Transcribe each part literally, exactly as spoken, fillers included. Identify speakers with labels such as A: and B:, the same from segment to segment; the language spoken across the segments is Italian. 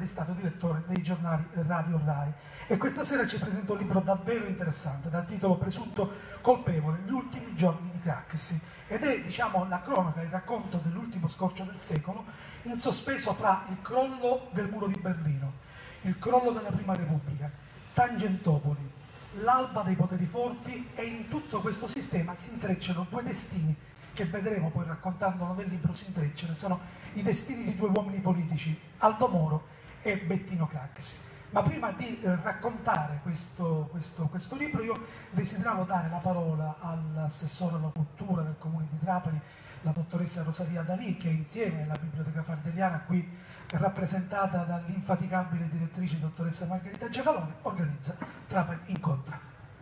A: stato direttore dei giornali Radio Rai. E questa sera ci presenta un libro davvero interessante, dal titolo Presunto colpevole, gli ultimi giorni di Craxi. Ed è, diciamo, la cronaca, il racconto dell'ultimo scorcio del secolo, in sospeso fra il crollo del muro di Berlino, il crollo della Prima Repubblica, Tangentopoli, l'alba dei poteri forti, e in tutto questo sistema si intrecciano due destini che vedremo poi raccontandolo nel libro. Si intrecciano, sono i destini di due uomini politici, Aldo Moro e Bettino Craxi. Ma prima di eh, raccontare questo, questo, questo libro, io desideravo dare la parola all'assessore alla cultura del Comune di Trapani, la dottoressa Rosalia Dalì, che insieme alla Biblioteca Fardeliana, qui rappresentata dall'infaticabile direttrice dottoressa Margherita Giacalone, organizza Trapani Incontra.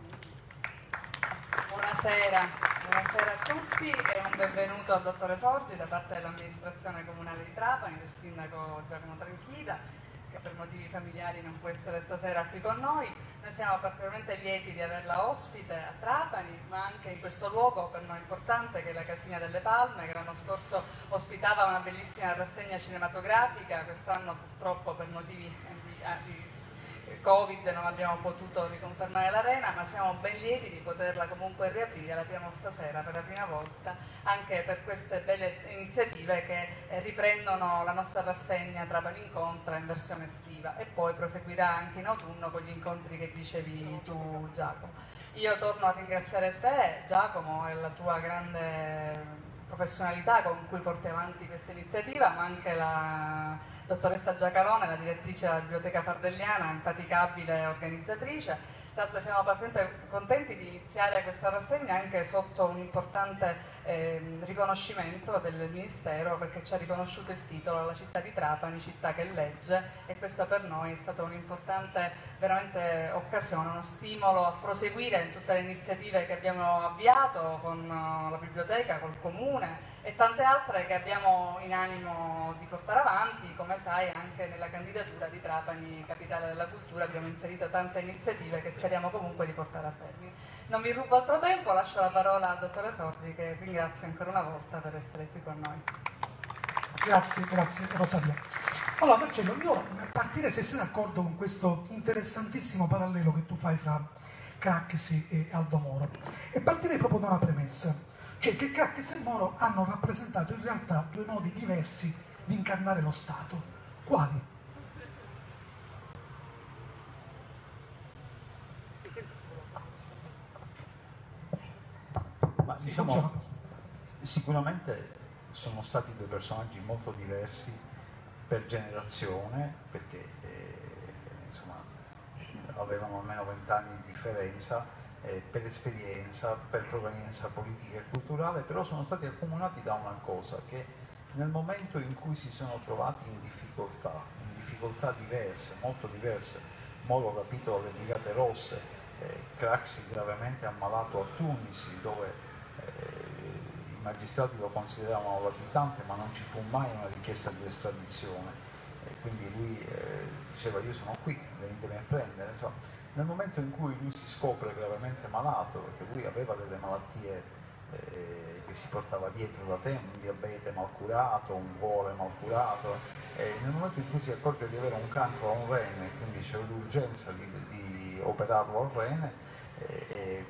B: Buonasera, buonasera a tutti e un benvenuto al dottore Sorgi da parte dell'amministrazione comunale di Trapani, del sindaco Giacomo Tranchida, che per motivi familiari non può essere stasera qui con noi. Noi siamo particolarmente lieti di averla ospite a Trapani, ma anche in questo luogo per noi importante che è la Casina delle Palme, che l'anno scorso ospitava una bellissima rassegna cinematografica. Quest'anno purtroppo per motivi di, di Covid non abbiamo potuto riconfermare l'arena, ma siamo ben lieti di poterla comunque riaprire. L'apriamo stasera per la prima volta anche per queste belle iniziative che eh, riprendono la nostra rassegna Trapani Incontra in versione estiva, e poi proseguirà anche in autunno con gli incontri che dicevi tu, Giacomo. Io torno a ringraziare te, Giacomo, e la tua grande professionalità con cui porti avanti questa iniziativa, ma anche la dottoressa Giacalone, la direttrice della Biblioteca Fardeliana, infaticabile organizzatrice. Tra l'altro siamo particolarmente contenti di iniziare questa rassegna anche sotto un importante eh, riconoscimento del Ministero, perché ci ha riconosciuto il titolo alla città di Trapani, città che legge, e questa per noi è stata un'importante veramente occasione, uno stimolo a proseguire in tutte le iniziative che abbiamo avviato con uh, la biblioteca, col comune e tante altre che abbiamo in animo di portare avanti. Come sai, anche nella candidatura di Trapani Capitale della Cultura abbiamo inserito tante iniziative che speriamo comunque di portare a termine. Non vi rubo altro tempo, lascio la parola al dottore Sorgi, che ringrazio ancora una volta per essere qui con noi.
A: Grazie, grazie Rosalia. Allora Marcello, io partire, se sei d'accordo, con questo interessantissimo parallelo che tu fai fra Craxi e Aldo Moro, e partirei proprio da una premessa, cioè che Craxi e Moro hanno rappresentato in realtà due modi diversi di incarnare lo Stato. Quali?
C: Ma, diciamo, sicuramente sono stati due personaggi molto diversi per generazione, perché eh, insomma, avevano almeno vent'anni di differenza, eh, per esperienza, per provenienza politica e culturale, però sono stati accomunati da una cosa, che nel momento in cui si sono trovati in difficoltà, in difficoltà diverse, molto diverse, Moro capitolo delle Brigate Rosse, eh, Craxi gravemente ammalato a Tunisi, dove eh, i magistrati lo consideravano latitante, ma non ci fu mai una richiesta di estradizione, e quindi lui eh, diceva: io sono qui, venitemi a prendere. Insomma, nel momento in cui lui si scopre gravemente malato, perché lui aveva delle malattie eh, che si portava dietro da tempo, un diabete mal curato, un cuore mal curato, e nel momento in cui si accorge di avere un cancro a un rene, quindi c'è l'urgenza di, di operarlo al rene, eh, eh,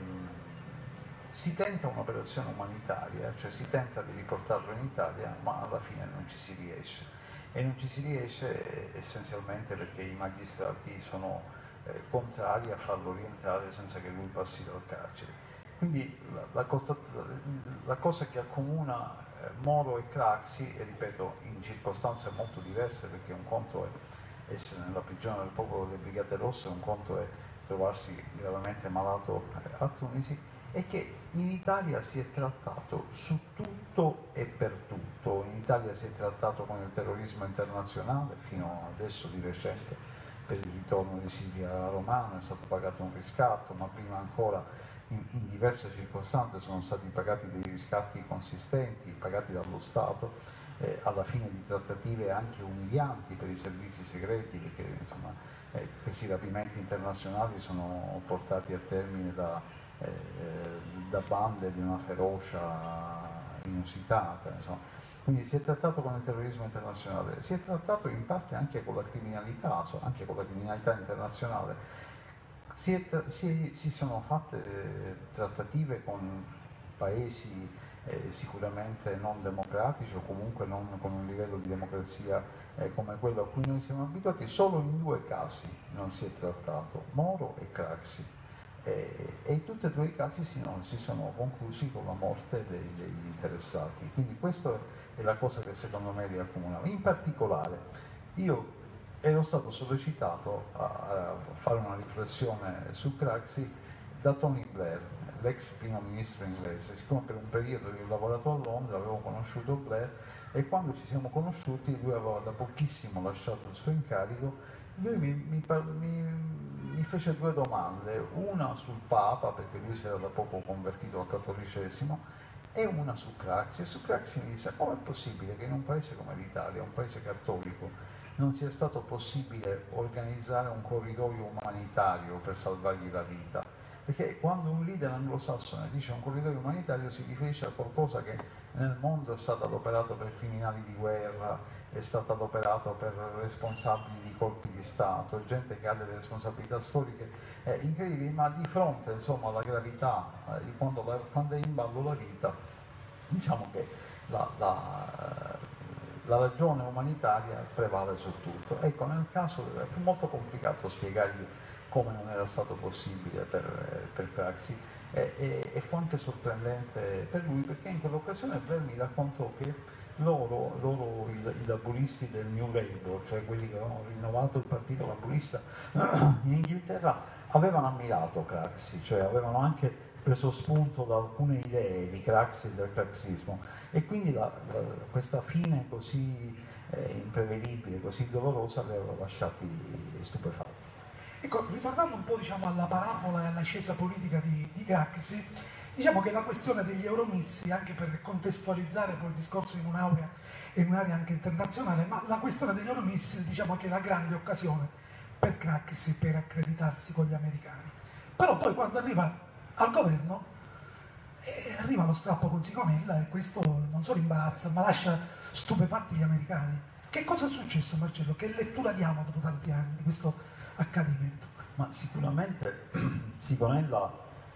C: si tenta un'operazione umanitaria, cioè si tenta di riportarlo in Italia, ma alla fine non ci si riesce. E non ci si riesce essenzialmente perché i magistrati sono eh, contrari a farlo rientrare senza che lui passi dal carcere. Quindi la, la, cosa, la cosa che accomuna eh, Moro e Craxi, e ripeto in circostanze molto diverse, perché un conto è essere nella prigione del popolo delle Brigate Rosse, un conto è trovarsi gravemente malato eh, a Tunisi, è che in Italia si è trattato su tutto e per tutto. In Italia si è trattato con il terrorismo internazionale, fino adesso di recente per il ritorno di Silvia Romano è stato pagato un riscatto, ma prima ancora in, in diverse circostanze sono stati pagati dei riscatti consistenti, pagati dallo Stato, eh, alla fine di trattative anche umilianti per i servizi segreti, perché insomma, eh, questi rapimenti internazionali sono portati a termine da Eh, da bande di una ferocia inusitata, insomma. Quindi si è trattato con il terrorismo internazionale, si è trattato in parte anche con la criminalità, anche con la criminalità internazionale. Si, è, si, si sono fatte eh, trattative con paesi eh, sicuramente non democratici o comunque non con un livello di democrazia eh, come quello a cui noi siamo abituati. Solo in due casi non si è trattato, Moro e Craxi. E, e in tutti e due i casi si, no, si sono conclusi con la morte dei, degli interessati. Quindi questa è la cosa che secondo me li accomunava. In particolare, io ero stato sollecitato a, a fare una riflessione su Craxi da Tony Blair, l'ex primo ministro inglese. Siccome per un periodo io ho lavorato a Londra, avevo conosciuto Blair e quando ci siamo conosciuti lui aveva da pochissimo lasciato il suo incarico. Lui mi, mi, mi, mi fece due domande, una sul Papa, perché lui si era da poco convertito al cattolicesimo, e una su Craxi. E su Craxi mi disse: come è possibile che in un paese come l'Italia, un paese cattolico, non sia stato possibile organizzare un corridoio umanitario per salvargli la vita? Perché quando un leader anglosassone dice un corridoio umanitario si riferisce a qualcosa che nel mondo è stato adoperato per criminali di guerra, è stato adoperato per responsabili di colpi di Stato, gente che ha delle responsabilità storiche eh, incredibili, ma di fronte insomma, alla gravità, eh, quando, la, quando è in ballo la vita, diciamo che la, la, la ragione umanitaria prevale su tutto. Ecco, nel caso fu molto complicato spiegargli come non era stato possibile per, per Craxi e, e, e fu anche sorprendente per lui, perché in quell'occasione Blair mi raccontò che loro, loro i, i laburisti del New Labour, cioè quelli che avevano rinnovato il partito laburista in Inghilterra, avevano ammirato Craxi, cioè avevano anche preso spunto da alcune idee di Craxi e del craxismo, e quindi la, la, questa fine così eh, imprevedibile, così dolorosa li aveva lasciati stupefatti.
A: Ecco, ritornando un po' diciamo, alla parabola e all'ascesa politica di, di Craxi, diciamo che la questione degli euromissi, anche per contestualizzare poi il discorso in un'area, in un'area anche internazionale, ma la questione degli euromissi diciamo che è la grande occasione per Craxi per accreditarsi con gli americani. Però poi quando arriva al governo eh, arriva lo strappo con Sigonella e questo non solo imbarazza ma lascia stupefatti gli americani. Che cosa è successo, Marcello? Che lettura diamo dopo tanti anni di questo accadimento?
C: Ma sicuramente Sigonella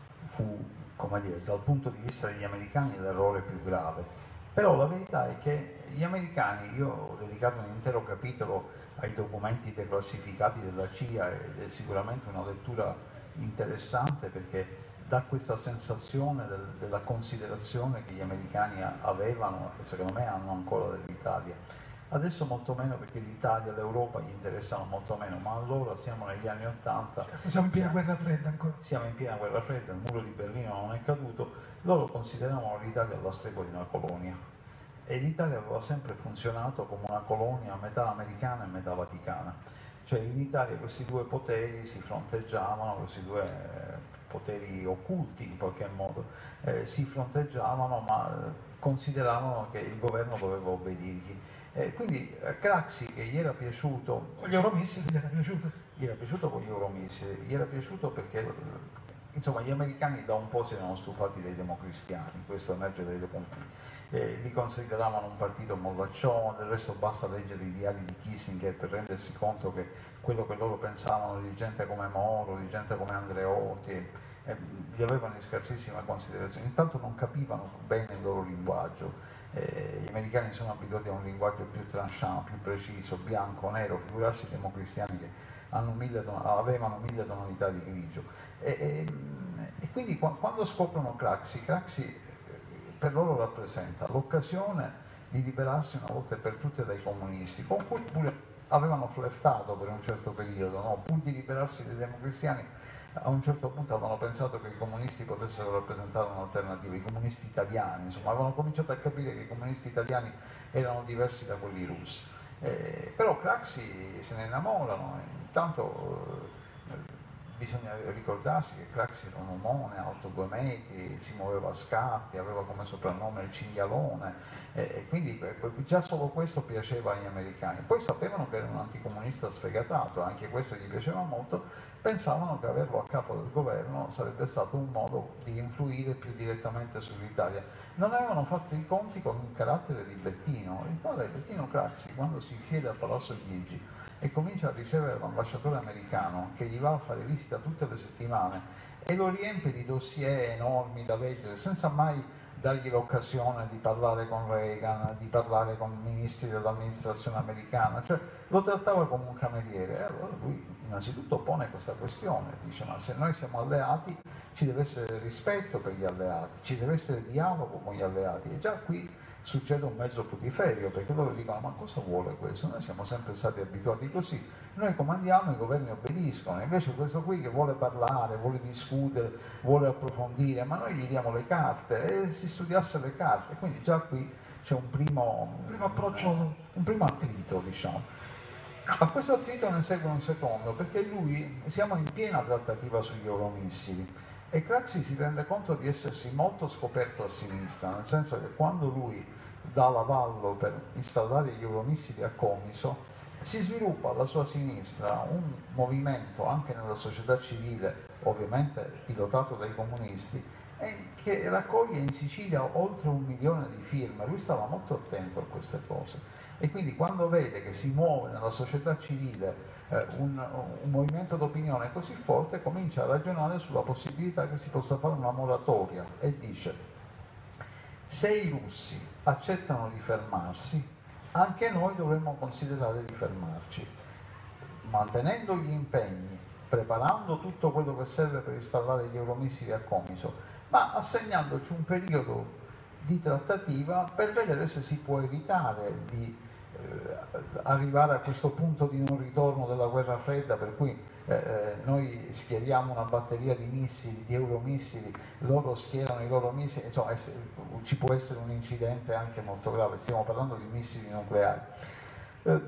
C: fu, come dire, dal punto di vista degli americani l'errore più grave, però la verità è che gli americani, io ho dedicato un intero capitolo ai documenti declassificati della C I A ed è sicuramente una lettura interessante perché dà questa sensazione del, della considerazione che gli americani avevano e secondo me hanno ancora dell'Italia. Adesso molto meno perché l'Italia e l'Europa gli interessano molto meno, ma allora siamo negli anni Ottanta.
A: Siamo in piena guerra fredda ancora.
C: Siamo in piena guerra fredda, il muro di Berlino non è caduto, loro consideravano l'Italia alla stregua di una colonia e l'Italia aveva sempre funzionato come una colonia metà americana e metà vaticana. Cioè in Italia questi due poteri si fronteggiavano, questi due eh, poteri occulti in qualche modo, eh, si fronteggiavano ma eh, consideravano che il governo doveva obbedirgli. Eh, quindi eh, Craxi, che gli era piaciuto...
A: Con gli euromissili gli era piaciuto?
C: Gli era piaciuto con gli euromissili, gli era piaciuto perché insomma, gli americani da un po' si erano stufati dei democristiani, questo emerge dai documenti. Eh, li consideravano un partito mollaccione, del resto basta leggere i diari di Kissinger per rendersi conto che quello che loro pensavano di gente come Moro, di gente come Andreotti, eh, li avevano in scarsissima considerazione. Intanto non capivano bene il loro linguaggio. Eh, gli americani sono abituati a un linguaggio più tranchant, più preciso, bianco, nero, figurarsi i democristiani che hanno mille ton- avevano mille tonalità di grigio. E, e, e quindi quando scoprono Craxi, Craxi per loro rappresenta l'occasione di liberarsi una volta per tutte dai comunisti, con cui pure avevano flirtato per un certo periodo, no? Pur di liberarsi dai democristiani, a un certo punto avevano pensato che i comunisti potessero rappresentare un'alternativa, i comunisti italiani, insomma, avevano cominciato a capire che i comunisti italiani erano diversi da quelli russi. Eh, però Craxi se ne innamorano, intanto eh, bisogna ricordarsi che Craxi era un omone alto due metri, si muoveva a scatti, aveva come soprannome il cinghialone, e, e quindi già solo questo piaceva agli americani. Poi sapevano che era un anticomunista sfegatato, anche questo gli piaceva molto, pensavano che averlo a capo del governo sarebbe stato un modo di influire più direttamente sull'Italia. Non avevano fatto i conti con un carattere di Bettino, il quale Bettino Craxi, quando si siede al Palazzo Chigi e comincia a ricevere l'ambasciatore americano che gli va a fare visita tutte le settimane e lo riempie di dossier enormi da leggere senza mai dargli l'occasione di parlare con Reagan, di parlare con ministri dell'amministrazione americana, cioè lo trattava come un cameriere. E allora lui innanzitutto pone questa questione, dice: ma se noi siamo alleati ci deve essere rispetto per gli alleati, ci deve essere dialogo con gli alleati, e già qui succede un mezzo putiferio, perché loro dicono: ma cosa vuole questo? Noi siamo sempre stati abituati così, noi comandiamo, i governi obbediscono, invece questo qui che vuole parlare, vuole discutere, vuole approfondire, ma noi gli diamo le carte e si studiasse le carte, quindi già qui c'è un primo,
A: un primo approccio,
C: un, un primo attrito, diciamo. A questo attrito ne segue un secondo, perché lui, siamo in piena trattativa sugli euromissili, e Craxi si rende conto di essersi molto scoperto a sinistra, nel senso che quando lui dà l'avallo per installare gli euromissili a Comiso, si sviluppa alla sua sinistra un movimento anche nella società civile, ovviamente pilotato dai comunisti, e che raccoglie in Sicilia oltre un milione di firme. Lui stava molto attento a queste cose, e quindi quando vede che si muove nella società civile eh, un, un movimento d'opinione così forte, comincia a ragionare sulla possibilità che si possa fare una moratoria, e dice: se i russi accettano di fermarsi, anche noi dovremmo considerare di fermarci, mantenendo gli impegni, preparando tutto quello che serve per installare gli euromissili a Comiso, ma assegnandoci un periodo di trattativa per vedere se si può evitare di eh, arrivare a questo punto di non ritorno della guerra fredda, per cui eh, noi schieriamo una batteria di missili, di euromissili, loro schierano i loro missili, insomma ci può essere un incidente anche molto grave, stiamo parlando di missili nucleari. Eh,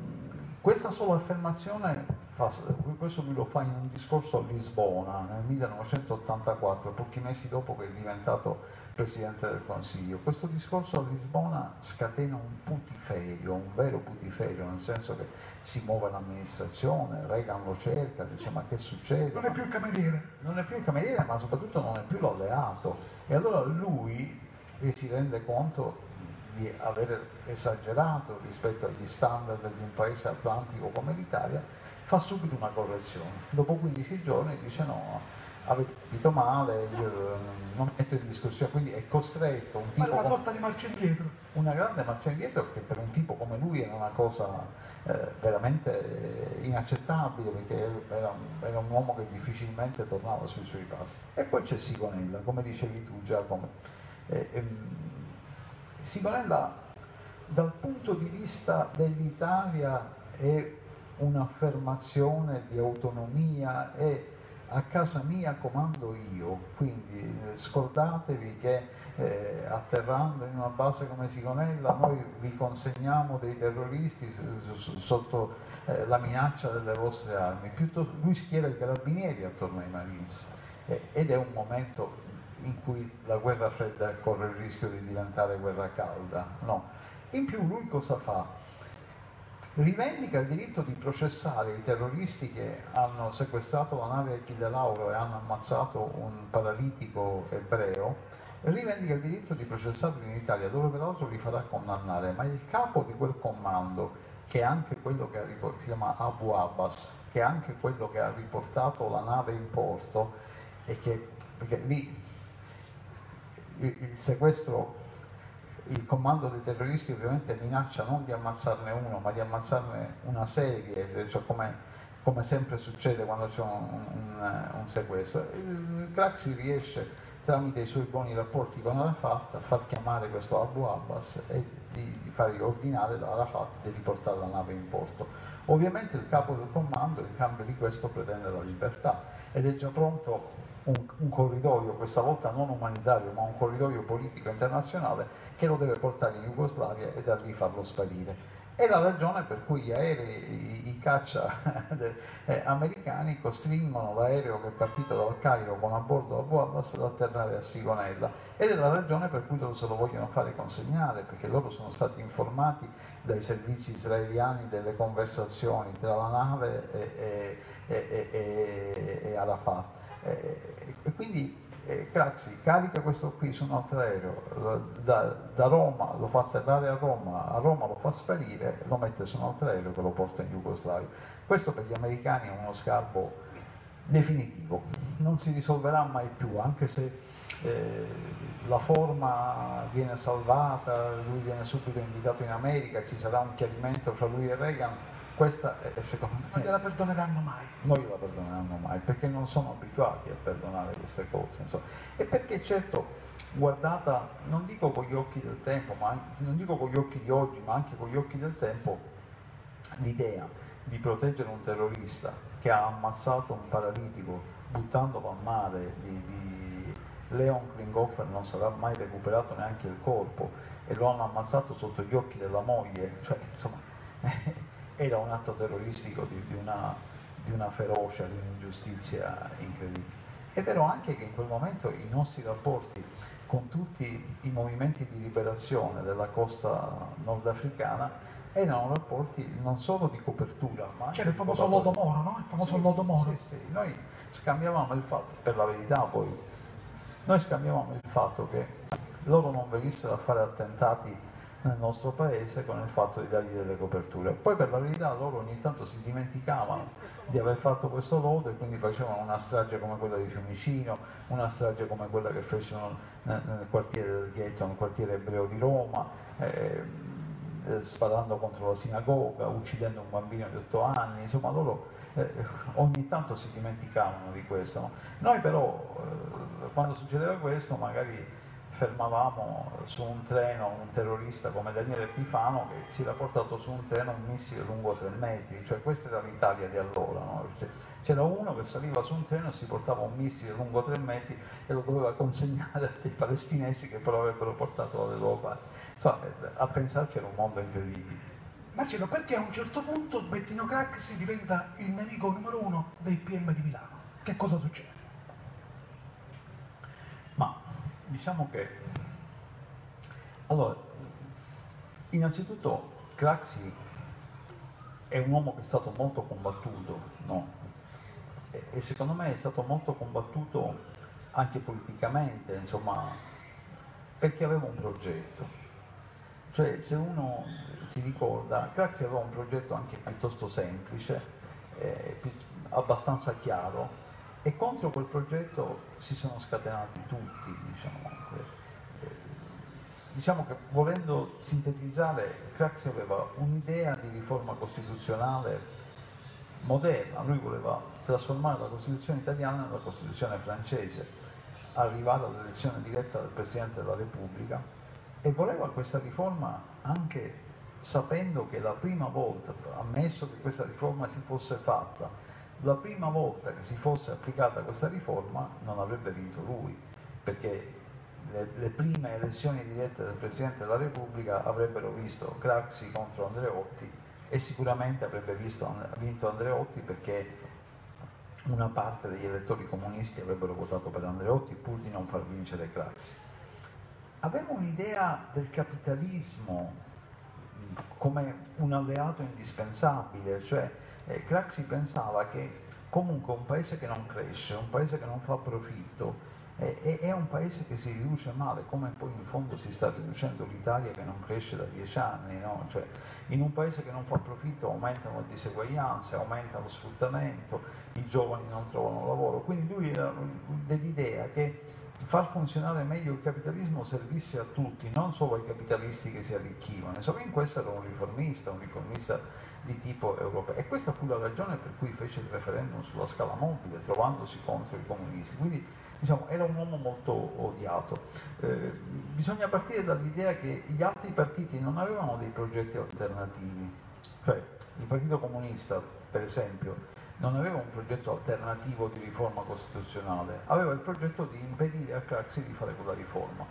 C: questa sola affermazione, fa, questo lui lo fa in un discorso a Lisbona nel millenovecentottantaquattro, pochi mesi dopo che è diventato Presidente del Consiglio. Questo discorso a Lisbona scatena un putiferio, un vero putiferio, nel senso che si muove l'amministrazione, Reagan lo cerca, dice: ma che succede?
A: Non è più il cameriere.
C: Non è più il cameriere, ma soprattutto non è più l'alleato. E allora lui e si rende conto di aver esagerato rispetto agli standard di un paese atlantico come l'Italia, fa subito una correzione. Dopo quindici giorni dice: no, avete capito male, io non metto in discussione, quindi è costretto un tipo,
A: una sorta di marcia indietro,
C: una grande marcia indietro, che per un tipo come lui era una cosa eh, veramente inaccettabile, perché era un, era un uomo che difficilmente tornava sui suoi passi. E poi c'è Sigonella, come dicevi tu Giacomo. Eh, ehm, Sigonella dal punto di vista dell'Italia è un'affermazione di autonomia, e a casa mia comando io, quindi eh, scordatevi che eh, atterrando in una base come Sigonella noi vi consegniamo dei terroristi sotto eh, la minaccia delle vostre armi. Piuttosto lui schiera i carabinieri attorno ai Marines, eh, ed è un momento in cui la guerra fredda corre il rischio di diventare guerra calda, no. In più lui cosa fa? Rivendica il diritto di processare i terroristi che hanno sequestrato la nave Achille Lauro e hanno ammazzato un paralitico ebreo, rivendica il diritto di processarli in Italia, dove peraltro li farà condannare, ma il capo di quel comando, che è anche quello che ha riportato, si chiama Abu Abbas, che è anche quello che ha riportato la nave in porto, e che, perché lì il sequestro, il comando dei terroristi ovviamente minaccia non di ammazzarne uno, ma di ammazzarne una serie, cioè come, come sempre succede quando c'è un, un, un sequestro. Il Craxi riesce, tramite i suoi buoni rapporti con Arafat, a far chiamare questo Abu Abbas e di, di fargli ordinare ad Arafat di riportare la nave in porto. Ovviamente il capo del comando, in cambio di questo, pretende la libertà, ed è già pronto un, un corridoio, questa volta non umanitario, ma un corridoio politico internazionale, che lo deve portare in Jugoslavia e da lì farlo sparire. È la ragione per cui gli aerei, i, i caccia eh, americani costringono l'aereo che è partito dal Cairo con a bordo Abu Abbas ad atterrare a Sigonella, ed è la ragione per cui loro se lo vogliono fare consegnare, perché loro sono stati informati dai servizi israeliani delle conversazioni tra la nave e, e, e, e, e Arafat. E, e quindi eh, Craxi carica questo qui su un altro aereo da, da Roma, lo fa atterrare a Roma, a Roma lo fa sparire, lo mette su un altro aereo che lo porta in Jugoslavia. Questo per gli americani è uno sgarbo definitivo, non si risolverà mai più, anche se eh, la forma viene salvata, lui viene subito invitato in America, ci sarà un chiarimento tra lui e Reagan. Questa è, secondo me,
A: non gliela perdoneranno mai.
C: Non gliela perdoneranno mai, perché non sono abituati a perdonare queste cose, insomma. E perché certo, guardata, non dico con gli occhi del tempo, ma non dico con gli occhi di oggi, ma anche con gli occhi del tempo, l'idea di proteggere un terrorista che ha ammazzato un paralitico buttandolo a mare, di, di Leon Klinghoffer non sarà mai recuperato neanche il corpo e lo hanno ammazzato sotto gli occhi della moglie, cioè insomma era un atto terroristico di, di, una, di una ferocia, di un'ingiustizia incredibile. È vero anche che in quel momento i nostri rapporti con tutti i movimenti di liberazione della costa nordafricana erano rapporti non solo di copertura, ma anche
A: c'era il famoso lodo Moro, no? Il famoso
C: sì,
A: lodo Moro.
C: Sì, sì. Noi scambiavamo il fatto, per la verità poi, noi scambiavamo il fatto che loro non venissero a fare attentati nel nostro paese con il fatto di dargli delle coperture. Poi per la verità loro ogni tanto si dimenticavano di aver fatto questo lodo e quindi facevano una strage come quella di Fiumicino, una strage come quella che fecero nel, nel quartiere del ghetto, nel quartiere ebreo di Roma, eh, eh, sparando contro la sinagoga, uccidendo un bambino di otto anni, insomma loro eh, ogni tanto si dimenticavano di questo. No? Noi però eh, quando succedeva questo magari fermavamo su un treno un terrorista come Daniele Epifano che si era portato su un treno un missile lungo tre metri, cioè questa era l'Italia di allora, no? C'era uno che saliva su un treno e si portava un missile lungo tre metri e lo doveva consegnare ai palestinesi che però avrebbero portato dalle loro parti. Insomma, a pensarci era un mondo incredibile.
A: Marcello, perché a un certo punto Bettino Craxi diventa il nemico numero uno dei P M di Milano? Che cosa succede?
C: Ma diciamo che, allora, innanzitutto Craxi è un uomo che è stato molto combattuto, no? E, e secondo me è stato molto combattuto anche politicamente, insomma, perché aveva un progetto. Cioè, se uno si ricorda, Craxi aveva un progetto anche piuttosto semplice, eh, più, abbastanza chiaro, e contro quel progetto si sono scatenati tutti, diciamo. Eh, diciamo che volendo sintetizzare, Craxi aveva un'idea di riforma costituzionale moderna, lui voleva trasformare la Costituzione italiana nella Costituzione francese, arrivare all'elezione diretta del Presidente della Repubblica e voleva questa riforma anche sapendo che la prima volta, ammesso che questa riforma si fosse fatta, la prima volta che si fosse applicata questa riforma non avrebbe vinto lui, perché le, le prime elezioni dirette del Presidente della Repubblica avrebbero visto Craxi contro Andreotti e sicuramente avrebbe visto, vinto Andreotti perché una parte degli elettori comunisti avrebbero votato per Andreotti pur di non far vincere Craxi. Aveva un'idea del capitalismo come un alleato indispensabile, cioè Eh, Craxi pensava che comunque un paese che non cresce, un paese che non fa profitto, eh, è un paese che si riduce male, come poi in fondo si sta riducendo l'Italia che non cresce da dieci anni, no? Cioè, in un paese che non fa profitto aumentano le diseguaglianze, aumenta lo sfruttamento, i giovani non trovano lavoro, quindi lui era dell'idea che far funzionare meglio il capitalismo servisse a tutti, non solo ai capitalisti che si arricchivano. Insomma, in questo era un riformista, un riformista di tipo europeo. E questa fu la ragione per cui fece il referendum sulla scala mobile, trovandosi contro i comunisti. Quindi, diciamo, era un uomo molto odiato. Eh, bisogna partire dall'idea che gli altri partiti non avevano dei progetti alternativi. Cioè, il Partito Comunista, per esempio, non aveva un progetto alternativo di riforma costituzionale, aveva il progetto di impedire a Craxi di fare quella riforma.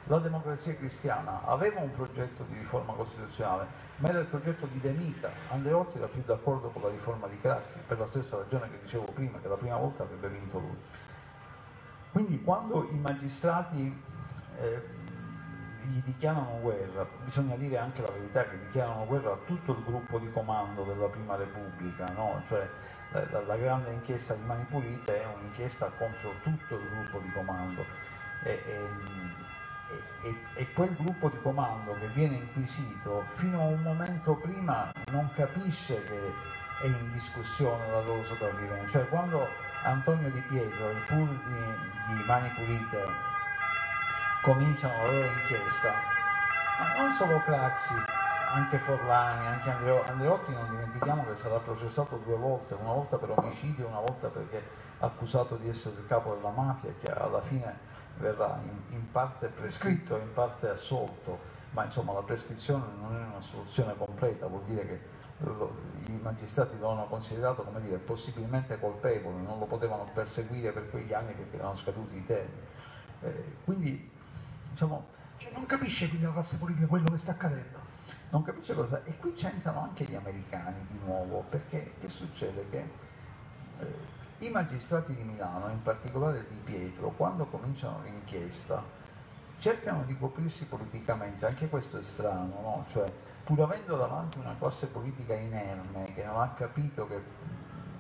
C: La Democrazia Cristiana aveva un progetto di riforma costituzionale, ma era il progetto di De Mita. Andreotti era più d'accordo con la riforma di Craxi, per la stessa ragione che dicevo prima, che la prima volta avrebbe vinto lui. Quindi quando i magistrati eh, gli dichiarano guerra, bisogna dire anche la verità, che dichiarano guerra a tutto il gruppo di comando della Prima Repubblica, no? Cioè la, la grande inchiesta di Mani Pulite è un'inchiesta contro tutto il gruppo di comando e, e, e, e quel gruppo di comando che viene inquisito fino a un momento prima non capisce che è in discussione la loro sopravvivenza. Cioè quando Antonio Di Pietro, il pool di, di Mani Pulite, cominciano la loro inchiesta, ma non solo Craxi, anche Forlani, anche Andreo, Andreotti, non dimentichiamo che sarà processato due volte, una volta per omicidio, una volta perché accusato di essere il capo della mafia, che alla fine verrà in, in parte prescritto, in parte assolto, ma insomma la prescrizione non è una soluzione completa, vuol dire che lo, i magistrati lo hanno considerato, come dire, possibilmente colpevole, non lo potevano perseguire per quegli anni perché erano scaduti i termini. Eh, quindi diciamo,
A: cioè non capisce quindi la classe politica quello che sta accadendo.
C: Non capisce cosa. E qui c'entrano anche gli americani di nuovo, perché che succede? Che eh, i magistrati di Milano, in particolare Di Pietro, quando cominciano l'inchiesta, cercano di coprirsi politicamente, anche questo è strano, no? Cioè, pur avendo davanti una classe politica inerme che non ha capito che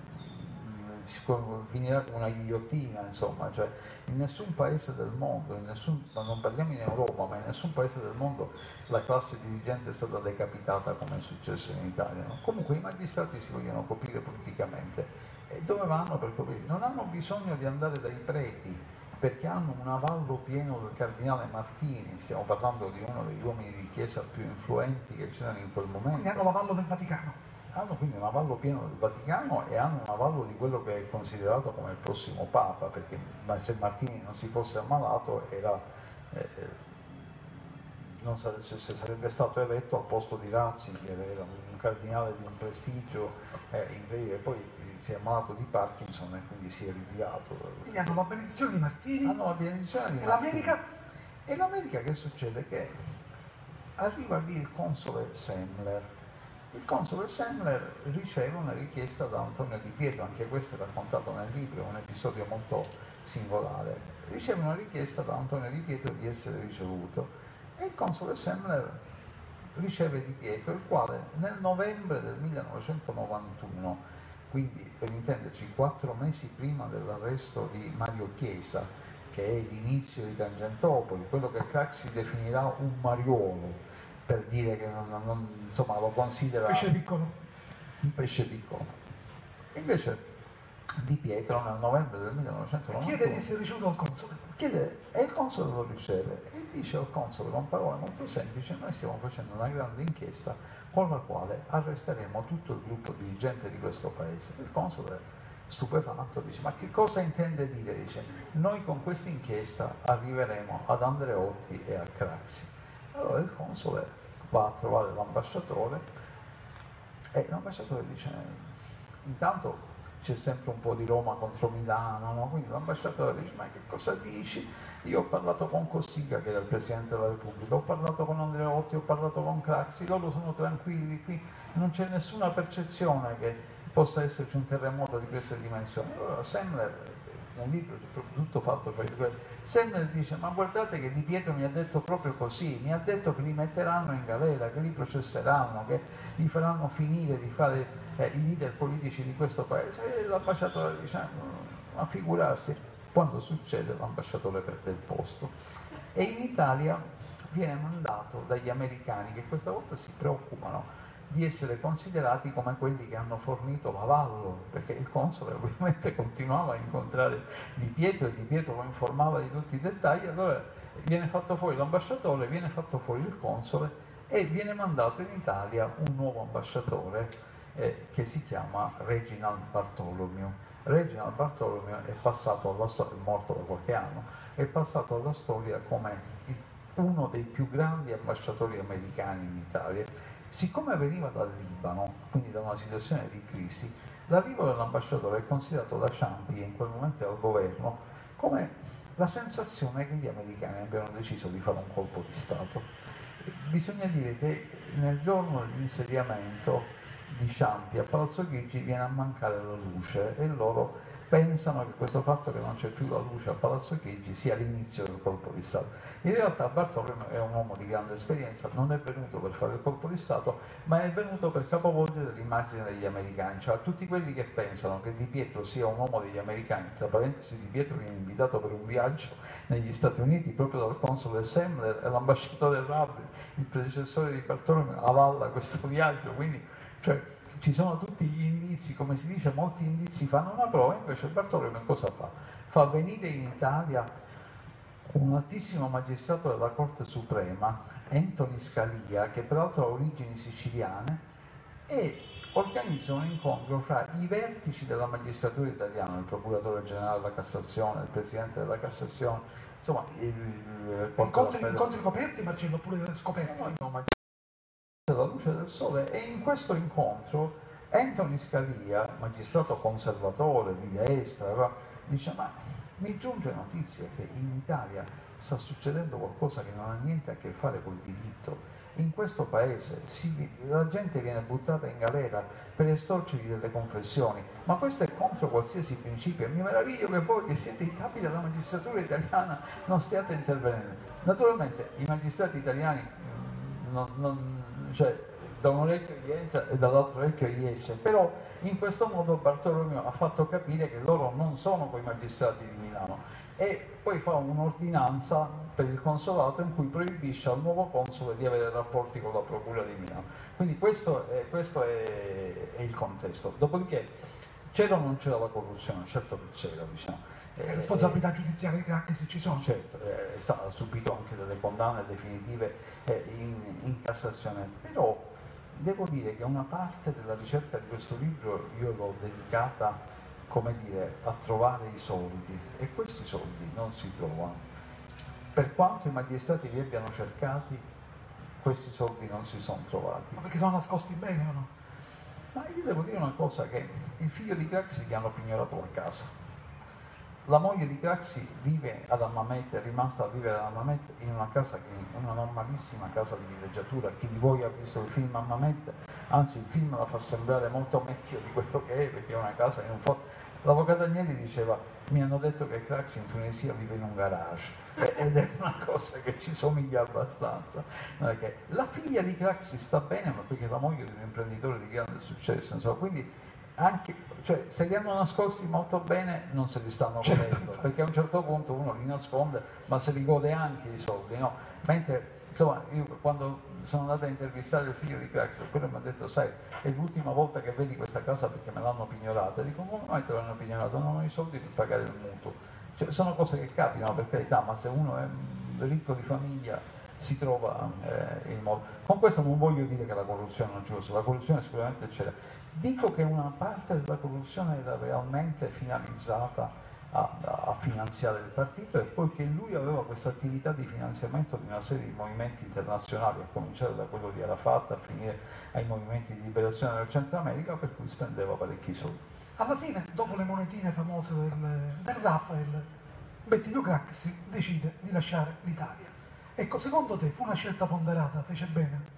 C: finirà come una ghigliottina, insomma, cioè in nessun paese del mondo, in nessun, non parliamo in Europa, ma in nessun paese del mondo la classe dirigente è stata decapitata come è successo in Italia. No? Comunque i magistrati si vogliono coprire politicamente. E dove vanno per coprire? Non hanno bisogno di andare dai preti, perché hanno un avallo pieno del cardinale Martini, stiamo parlando di uno degli uomini di chiesa più influenti che c'erano in quel momento.
A: Quindi hanno l'avallo del Vaticano.
C: Hanno quindi un avallo pieno del Vaticano e hanno un avallo di quello che è considerato come il prossimo Papa, perché se Martini non si fosse ammalato era, eh, non sarebbe, se sarebbe stato eletto al posto di Ratzinger, era un cardinale di un prestigio eh, incredibile, poi si è ammalato di Parkinson e quindi si è ritirato.
A: Quindi hanno la benedizione di Martini.
C: Hanno la benedizione di
A: e
C: Martini.
A: l'America?
C: E l'America che succede? Che arriva lì il console Semler. Il console Semler riceve una richiesta da Antonio Di Pietro, anche questo è raccontato nel libro, è un episodio molto singolare. Riceve una richiesta da Antonio Di Pietro di essere ricevuto e il console Semler riceve Di Pietro, il quale nel novembre del millenovecentonovantuno, quindi per intenderci quattro mesi prima dell'arresto di Mario Chiesa, che è l'inizio di Tangentopoli, quello che Craxi definirà un mariuolo, per dire che non, non, insomma, lo considera
A: pesce piccolo.
C: un pesce piccolo. E invece Di Pietro nel novembre del millenovecentonovantuno
A: chiede di essere ricevuto dal console.
C: Chiede, e il console lo riceve e dice al console con parole molto semplici: noi stiamo facendo una grande inchiesta con la quale arresteremo tutto il gruppo dirigente di questo paese. Il console, stupefatto, dice: ma che cosa intende dire? Dice: noi con questa inchiesta arriveremo ad Andreotti e a Craxi. Allora il console va a trovare l'ambasciatore e l'ambasciatore dice: intanto c'è sempre un po' di Roma contro Milano, no? Quindi l'ambasciatore dice: ma che cosa dici? Io ho parlato con Cossiga, che era il Presidente della Repubblica, ho parlato con Andreotti, ho parlato con Craxi, loro sono tranquilli, qui non c'è nessuna percezione che possa esserci un terremoto di queste dimensioni. Allora Semler, nel libro c'è proprio tutto fatto per quello, Semler dice: ma guardate che Di Pietro mi ha detto proprio così, mi ha detto che li metteranno in galera, che li processeranno, che li faranno finire di fare eh, i leader politici di questo paese. E l'ambasciatore dice: ma figurarsi. Quando succede, l'ambasciatore perde il posto e in Italia viene mandato dagli americani, che questa volta si preoccupano di essere considerati come quelli che hanno fornito l'avallo, perché il console ovviamente continuava a incontrare Di Pietro e Di Pietro lo informava di tutti i dettagli. Allora viene fatto fuori l'ambasciatore, viene fatto fuori il console e viene mandato in Italia un nuovo ambasciatore eh, che si chiama Reginald Bartholomew. Reginald Bartholomew è passato alla storia, è morto da qualche anno, è passato alla storia come uno dei più grandi ambasciatori americani in Italia. Siccome veniva dal Libano, quindi da una situazione di crisi, l'arrivo dell'ambasciatore è considerato da Ciampi, in quel momento al governo, come la sensazione è che gli americani abbiano deciso di fare un colpo di Stato. Bisogna dire che nel giorno dell'insediamento di Ciampi a Palazzo Chigi viene a mancare la luce e loro pensano che questo fatto che non c'è più la luce a Palazzo Chigi sia l'inizio del colpo di Stato. In realtà Bartolomeo è un uomo di grande esperienza, non è venuto per fare il colpo di Stato, ma è venuto per capovolgere l'immagine degli americani, cioè a tutti quelli che pensano che Di Pietro sia un uomo degli americani. Tra parentesi, Di Pietro viene invitato per un viaggio negli Stati Uniti proprio dal console Semler e l'ambasciatore Rabbi, il predecessore di Bartolomeo, avalla questo viaggio, quindi cioè, ci sono tutti gli indizi, come si dice, molti indizi fanno una prova, invece Bartolomeo cosa fa? Fa venire in Italia un altissimo magistrato della Corte Suprema, Anthony Scalia, che peraltro ha origini siciliane, e organizza un incontro fra i vertici della magistratura italiana, il procuratore generale della Cassazione, il presidente della Cassazione, insomma, il, il
A: incontri, incontri coperti, Marcello, oppure scoperti?
C: No, no, la luce del sole, e in questo incontro Anthony Scalia, magistrato conservatore di destra, dice: ma mi giunge notizia che in Italia sta succedendo qualcosa che non ha niente a che fare col diritto. In questo paese si, la gente viene buttata in galera per estorcergli delle confessioni, ma questo è contro qualsiasi principio, e mi meraviglio che voi, che siete i capi della magistratura italiana, non stiate intervenendo. Naturalmente i magistrati italiani non, non cioè da un orecchio gli entra e dall'altro orecchio gli esce, però in questo modo Bartolomeo ha fatto capire che loro non sono quei magistrati di Milano, e poi fa un'ordinanza per il consolato in cui proibisce al nuovo console di avere rapporti con la procura di Milano. Quindi questo è, questo è, è il contesto. Dopodiché c'era o non c'era la corruzione? Certo che c'era, diciamo.
A: Le responsabilità giudiziarie di Craxi ci sono.
C: Certo, eh, ha subito anche delle condanne definitive eh, in, in Cassazione, però devo dire che una parte della ricerca di questo libro io l'ho dedicata, come dire, a trovare i soldi, e questi soldi non si trovano. Per quanto i magistrati li abbiano cercati, questi soldi non si sono trovati.
A: Ma perché sono nascosti bene o no?
C: Ma io devo dire una cosa, che il figlio di Craxi gli hanno pignorato la casa. La moglie di Craxi vive ad Hammamet, è rimasta a vivere ad Hammamet in una casa, che è una normalissima casa di villeggiatura. Chi di voi ha visto il film Hammamet, anzi il film la fa sembrare molto meglio di quello che è, perché è una casa in un forte. L'avvocato Agnelli diceva: mi hanno detto che Craxi in Tunisia vive in un garage, ed è una cosa che ci somiglia abbastanza. Perché la figlia di Craxi sta bene, ma perché è la moglie di un imprenditore di grande successo, insomma, quindi anche, cioè, se li hanno nascosti molto bene non se li stanno godendo, certo, perché a un certo punto uno li nasconde ma se li gode anche i soldi, no? Mentre, insomma, io quando sono andato a intervistare il figlio di Craxi, quello mi ha detto: sai, è l'ultima volta che vedi questa casa perché me l'hanno pignorata. E dico: come mai te l'hanno pignorata? Non ho i soldi per pagare il mutuo. Cioè, sono cose che capitano, per carità, ma se uno è ricco di famiglia si trova eh, il modo. Con questo non voglio dire che la corruzione non ci fosse, la corruzione sicuramente c'era. Dico che una parte della corruzione era realmente finalizzata a, a finanziare il partito, e poi che lui aveva questa attività di finanziamento di una serie di movimenti internazionali, a cominciare da quello di Arafat a finire ai movimenti di liberazione del Centro America, per cui spendeva parecchi soldi.
A: Alla fine, dopo le monetine famose del, del Rafael, Bettino Craxi decide di lasciare l'Italia. Ecco, secondo te fu una scelta ponderata? Fece bene?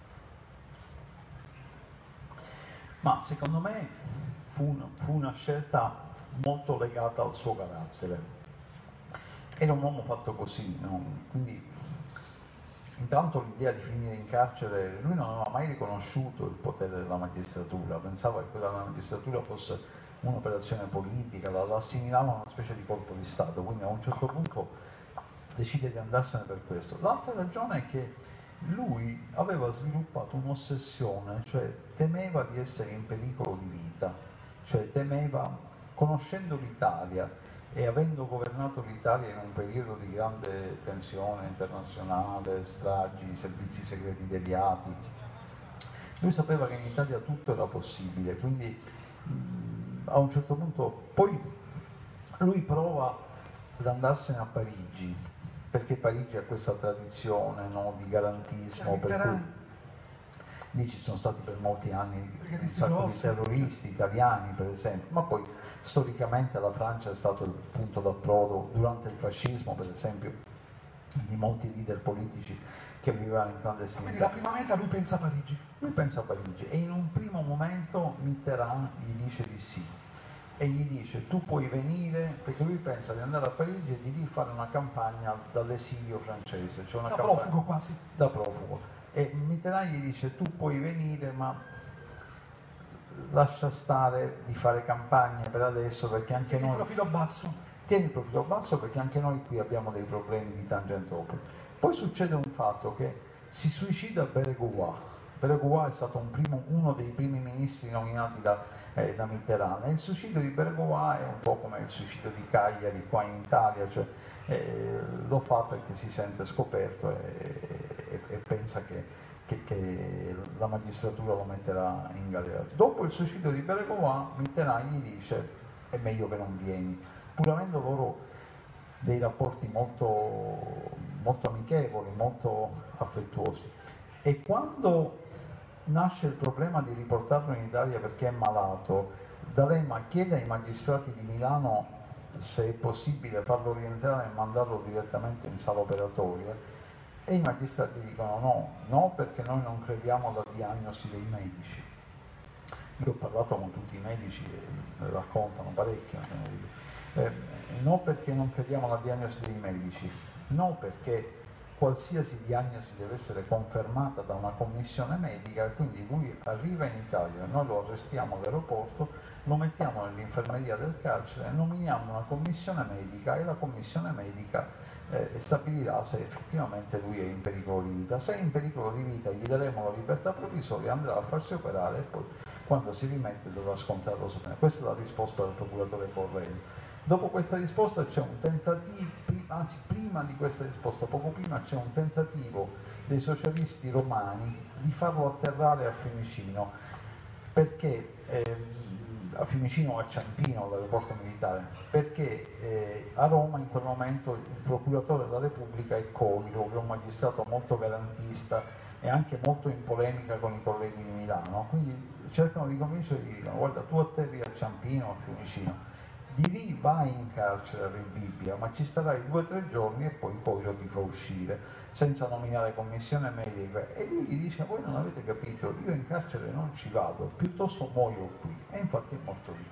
C: Ma secondo me fu una, fu una scelta molto legata al suo carattere. Era un uomo fatto così, no? Quindi intanto l'idea di finire in carcere, lui non aveva mai riconosciuto il potere della magistratura, pensava che quella della magistratura fosse un'operazione politica, la, la assimilava a una specie di colpo di Stato, quindi a un certo punto decide di andarsene per questo. L'altra ragione è che lui aveva sviluppato un'ossessione, cioè temeva di essere in pericolo di vita, cioè temeva, conoscendo l'Italia e avendo governato l'Italia in un periodo di grande tensione internazionale, stragi, servizi segreti deviati, lui sapeva che in Italia tutto era possibile, quindi mh, a un certo punto, poi lui prova ad andarsene a Parigi, perché Parigi ha questa tradizione, no, di garantismo, per cui lì ci sono stati per molti anni un
A: Brigatisti
C: sacco di
A: rossi.
C: terroristi italiani per esempio, ma poi storicamente la Francia è stato il punto d'approdo durante il fascismo per esempio di molti leader politici che vivevano in
A: Quindi
C: clandestinità.
A: la prima meta lui pensa a Parigi.
C: Lui pensa a Parigi e in un primo momento Mitterrand gli dice di sì e gli dice tu puoi venire, perché lui pensa di andare a Parigi e di lì fare una campagna dall'esilio francese, cioè una
A: Da
C: campagna,
A: profugo quasi.
C: da profugo. E Mitterrand gli dice tu puoi venire ma lascia stare di fare campagne per adesso perché anche
A: Tieni il
C: noi...
A: profilo basso.
C: Tieni il profilo basso perché anche noi qui abbiamo dei problemi di Tangentopoli. Poi succede un fatto che si suicida Bérégovoy. Bérégovoy è stato un primo, uno dei primi ministri nominati da, eh, da Mitterrand e il suicidio di Bérégovoy è un po' come il suicidio di Cagliari qua in Italia, cioè, eh, lo fa perché si sente scoperto e, e, e pensa che, che, che la magistratura lo metterà in galera. Dopo il suicidio di Bérégovoy Mitterrand gli dice è meglio che non vieni, pur avendo loro dei rapporti molto, molto amichevoli, molto affettuosi. E quando nasce il problema di riportarlo in Italia perché è malato, D'Alema chiede ai magistrati di Milano se è possibile farlo rientrare e mandarlo direttamente in sala operatoria e i magistrati dicono no, no perché noi non crediamo alla diagnosi dei medici. Io ho parlato con tutti i medici e raccontano parecchio. Eh, no perché non crediamo alla diagnosi dei medici, no perché qualsiasi diagnosi deve essere confermata da una commissione medica, quindi lui arriva in Italia, noi lo arrestiamo all'aeroporto, lo mettiamo nell'infermeria del carcere, nominiamo una commissione medica e la commissione medica eh, stabilirà se effettivamente lui è in pericolo di vita. Se è in pericolo di vita gli daremo la libertà provvisoria, andrà a farsi operare e poi quando si rimette dovrà scontare lo sopra. Questa è la risposta del procuratore Forrelli. Dopo questa risposta c'è un tentativo, anzi prima di questa risposta, poco prima c'è un tentativo dei socialisti romani di farlo atterrare a Fiumicino, perché eh, a Fiumicino o a Ciampino, all'aeroporto militare, perché eh, a Roma in quel momento il procuratore della Repubblica è Coiro, che è un magistrato molto garantista e anche molto in polemica con i colleghi di Milano, quindi cercano di convincere di dire guarda tu atterri a Ciampino o a Fiumicino, di lì vai in carcere a Rebibbia, ma ci starai due o tre giorni e poi Coiro ti fa uscire, senza nominare commissione medica. E lui gli dice, voi non avete capito, io in carcere non ci vado, piuttosto muoio qui. E infatti è morto lì.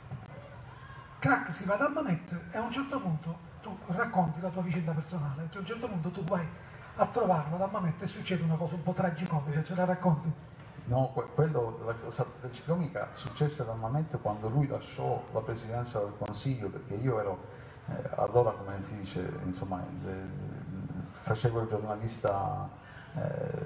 A: Craxi va da Mamet e a un certo punto tu racconti la tua vicenda personale, che a un certo punto tu vai a trovarlo da Mamet e succede una cosa un po' tragicomica, ce la racconti?
C: No, quello, la cosa tragicomica successe da Mamet quando lui lasciò la presidenza del Consiglio, perché io ero eh, allora, come si dice, insomma, eh, facevo il giornalista eh,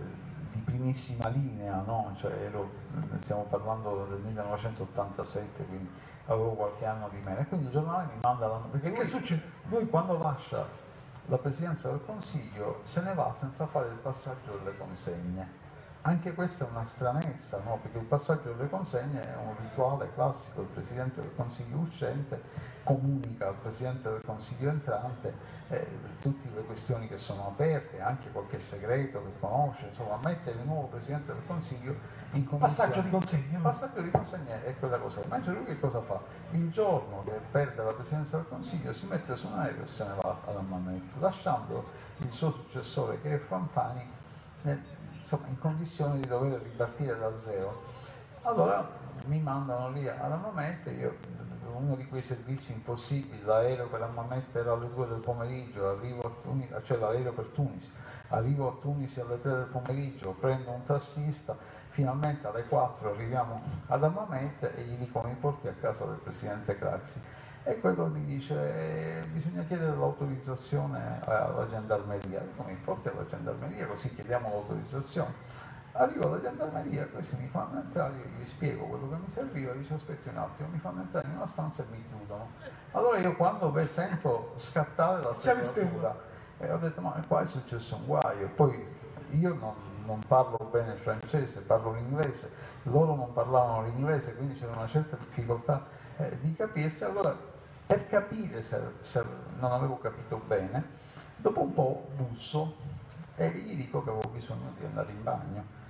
C: di primissima linea, no? Cioè ero, stiamo parlando del millenovecentottantasette, quindi avevo qualche anno di meno, e quindi il giornale mi manda la... Perché lui,
A: Che succede?
C: lui quando lascia la presidenza del Consiglio se ne va senza fare il passaggio delle consegne. Anche questa è una stranezza, no? Perché il passaggio delle consegne è un rituale classico, il Presidente del Consiglio uscente comunica al Presidente del Consiglio entrante eh, tutte le questioni che sono aperte, anche qualche segreto che conosce, insomma mette il nuovo Presidente del Consiglio in condizione...
A: Passaggio di consegne.
C: Il passaggio di consegne è quella cosa, mentre lui che cosa fa? Il giorno che perde la Presidenza del Consiglio si mette su un aereo e se ne va ad Ammametto, lasciando il suo successore che è Fanfani nel, insomma, in condizione di dover ripartire da zero. Allora mi mandano lì ad Ammametto, io uno di quei servizi impossibili, l'aereo per Ammametto era alle due del pomeriggio, arrivo a Tunisi, cioè l'aereo per Tunisi, arrivo a Tunisi alle tre del pomeriggio, prendo un tassista, finalmente alle quattro arriviamo ad Ammametto e gli dico mi porti a casa del presidente Craxi. E quello mi dice eh, bisogna chiedere l'autorizzazione alla gendarmeria. Dico mi porti alla gendarmeria così chiediamo l'autorizzazione. Arrivo alla gendarmeria, questi mi fanno entrare, io gli spiego quello che mi serviva, dice aspetti un attimo, mi fanno entrare in una stanza e mi chiudono. Allora io quando beh, sento scattare la serratura e ho detto ma qua è successo un guaio, poi io non, non parlo bene il francese, parlo l'inglese, loro non parlavano l'inglese, quindi c'era una certa difficoltà eh, di capirsi. Allora per capire se, se non avevo capito bene, dopo un po' busso e gli dico che avevo bisogno di andare in bagno.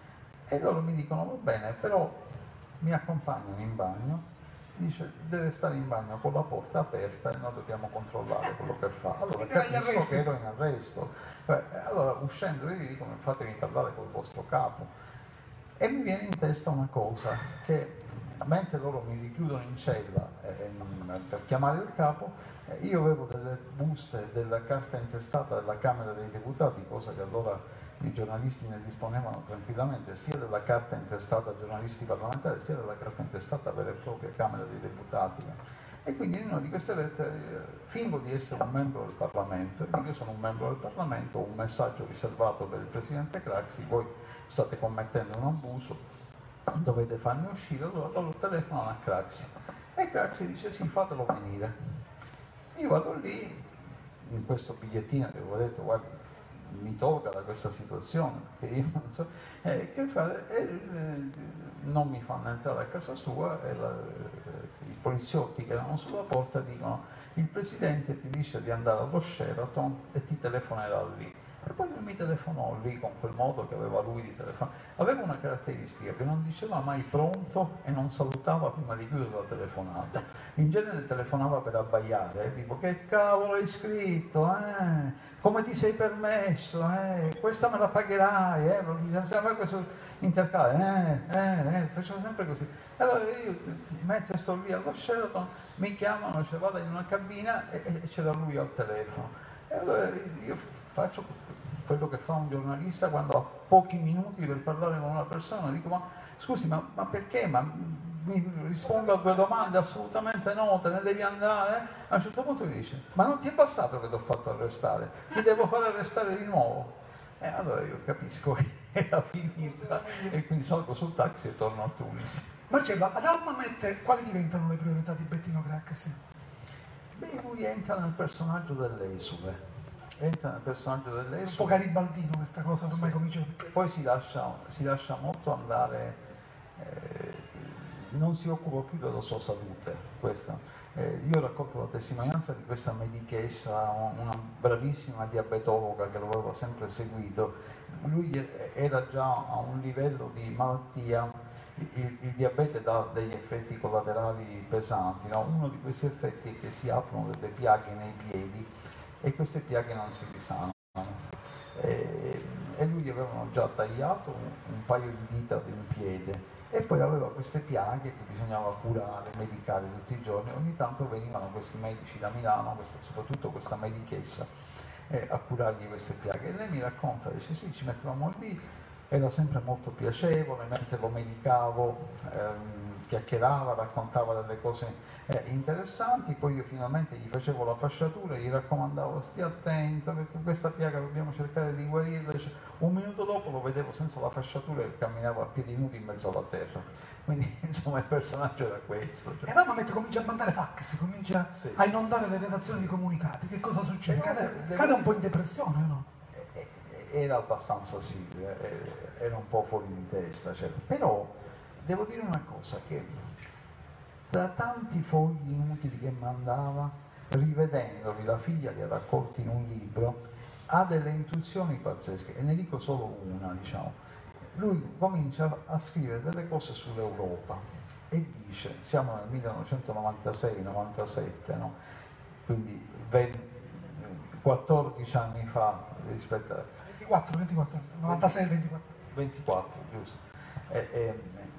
C: E loro mi dicono, va bene, però mi accompagnano in bagno, dice deve stare in bagno con la porta aperta e noi dobbiamo controllare quello che fa. Allora capisco che ero in arresto. Allora uscendo io gli dico, fatemi parlare col vostro capo. E mi viene in testa una cosa, che mentre loro mi richiudono in cella eh, per chiamare il capo, eh, io avevo delle buste della carta intestata della Camera dei Deputati, cosa che allora i giornalisti ne disponevano tranquillamente, sia della carta intestata a giornalisti parlamentari, sia della carta intestata vera e propria Camera dei Deputati. E quindi in una di queste lettere eh, fingo di essere un membro del Parlamento, e dico io sono un membro del Parlamento, ho un messaggio riservato per il Presidente Craxi, voi state commettendo un abuso, dovete farmi uscire. Allora loro telefonano a Craxi e Craxi dice sì, fatelo venire. Io vado lì, in questo bigliettino che avevo detto, guarda, mi tolga da questa situazione, che io non so eh, che fare, e eh, non mi fanno entrare a casa sua, e la, eh, i poliziotti che erano sulla porta dicono il Presidente ti dice di andare allo Sheraton e ti telefonerà lì. E poi lui mi telefonò lì con quel modo che aveva lui di telefonare. Aveva una caratteristica che non diceva mai pronto e non salutava prima di chiudere la telefonata. In genere telefonava per abbaiare, tipo che cavolo hai scritto, eh? Come ti sei permesso, eh? Questa me la pagherai, eh? Sempre questo intercalare, eh? Eh? Eh? Faceva sempre così. Allora io, mentre sto lì allo Sheraton, mi chiamano, cioè vado in una cabina e, e c'era lui al telefono. E allora io faccio quello che fa un giornalista quando ha pochi minuti per parlare con una persona, dico ma scusi ma, ma perché? Ma mi rispondo a due domande? Assolutamente no, te ne devi andare. A un certo punto mi dice ma non ti è bastato che ti ho fatto arrestare, ti devo fare arrestare di nuovo. E allora io capisco che era finita e quindi salgo sul taxi e torno a Tunisi.
A: Marcello, ad Alma Mette quali diventano le priorità di Bettino Craxi?
C: Beh, lui entra nel personaggio dell'esule. Entra nel personaggio dell'esule.
A: Un po' garibaldino questa cosa, ormai
C: sì.
A: comincia.
C: Poi si lascia, si lascia molto andare, eh, non si occupa più della sua salute. Questa. Eh, io ho raccolto la testimonianza di questa medichessa, una bravissima diabetologa che lo aveva sempre seguito. Lui era già a un livello di malattia, il, il diabete dà degli effetti collaterali pesanti, no? Uno di questi effetti è che si aprono delle piaghe nei piedi e queste piaghe non si risanano. E, e lui gli avevano già tagliato un, un paio di dita di un piede e poi aveva queste piaghe che bisognava curare, medicare tutti i giorni. Ogni tanto venivano questi medici da Milano, questa, soprattutto questa medichessa, eh, a curargli queste piaghe. E lei mi racconta, dice sì, ci mettevamo lì, era sempre molto piacevole, mentre lo medicavo, ehm, chiacchierava, raccontava delle cose eh, interessanti, poi io finalmente gli facevo la fasciatura, gli raccomandavo stia attento perché questa piaga dobbiamo cercare di guarirla. Un minuto dopo lo vedevo senza la fasciatura e camminavo a piedi nudi in mezzo alla terra. Quindi insomma il personaggio era questo. Cioè.
A: E Alma Mette comincia a mandare fax, comincia sì, a inondare le redazioni di comunicati. Che cosa succede? Cade, cade un po' in depressione, no?
C: Era abbastanza sì, era un po' fuori di testa, certo. Però devo dire una cosa, che tra tanti fogli inutili che mandava, rivedendoli, la figlia li ha raccolti in un libro, ha delle intuizioni pazzesche, e ne dico solo una, diciamo. Lui comincia a scrivere delle cose sull'Europa e dice, siamo nel millenovecentonovantasei novantasette, no? Quindi quattordici anni fa rispetto a...
A: ventiquattro, ventiquattro, novantasei ventiquattro.
C: ventiquattro, giusto. E, e,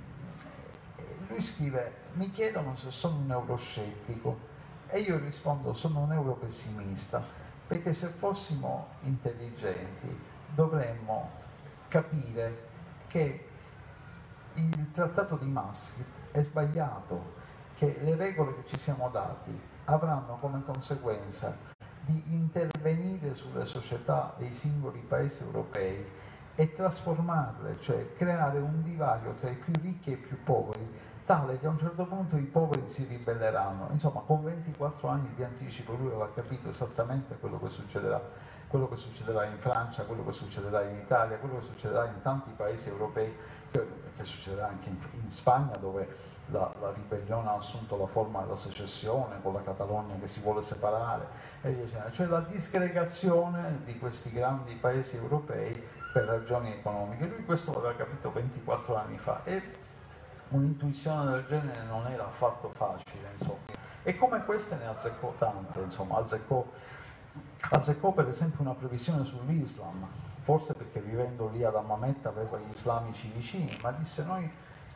C: e lui scrive, mi chiedono se sono un euroscettico e io rispondo sono un europessimista, perché se fossimo intelligenti dovremmo capire che il trattato di Maastricht è sbagliato, che le regole che ci siamo dati avranno come conseguenza di intervenire sulle società dei singoli paesi europei e trasformarle, cioè creare un divario tra i più ricchi e i più poveri, tale che a un certo punto i poveri si ribelleranno. Insomma, con ventiquattro anni di anticipo lui aveva capito esattamente quello che succederà, quello che succederà in Francia, quello che succederà in Italia, quello che succederà in tanti paesi europei, che, che succederà anche in, in Spagna, dove La, la ribellione ha assunto la forma della secessione, con la Catalogna che si vuole separare, e cioè la disgregazione di questi grandi paesi europei per ragioni economiche. Lui questo l'aveva capito ventiquattro anni fa e un'intuizione del genere non era affatto facile, insomma. E come queste ne azzeccò tante, insomma, azzeccò, azzeccò per esempio una previsione sull'Islam, forse perché vivendo lì ad Hammamet aveva gli islamici vicini, ma disse noi,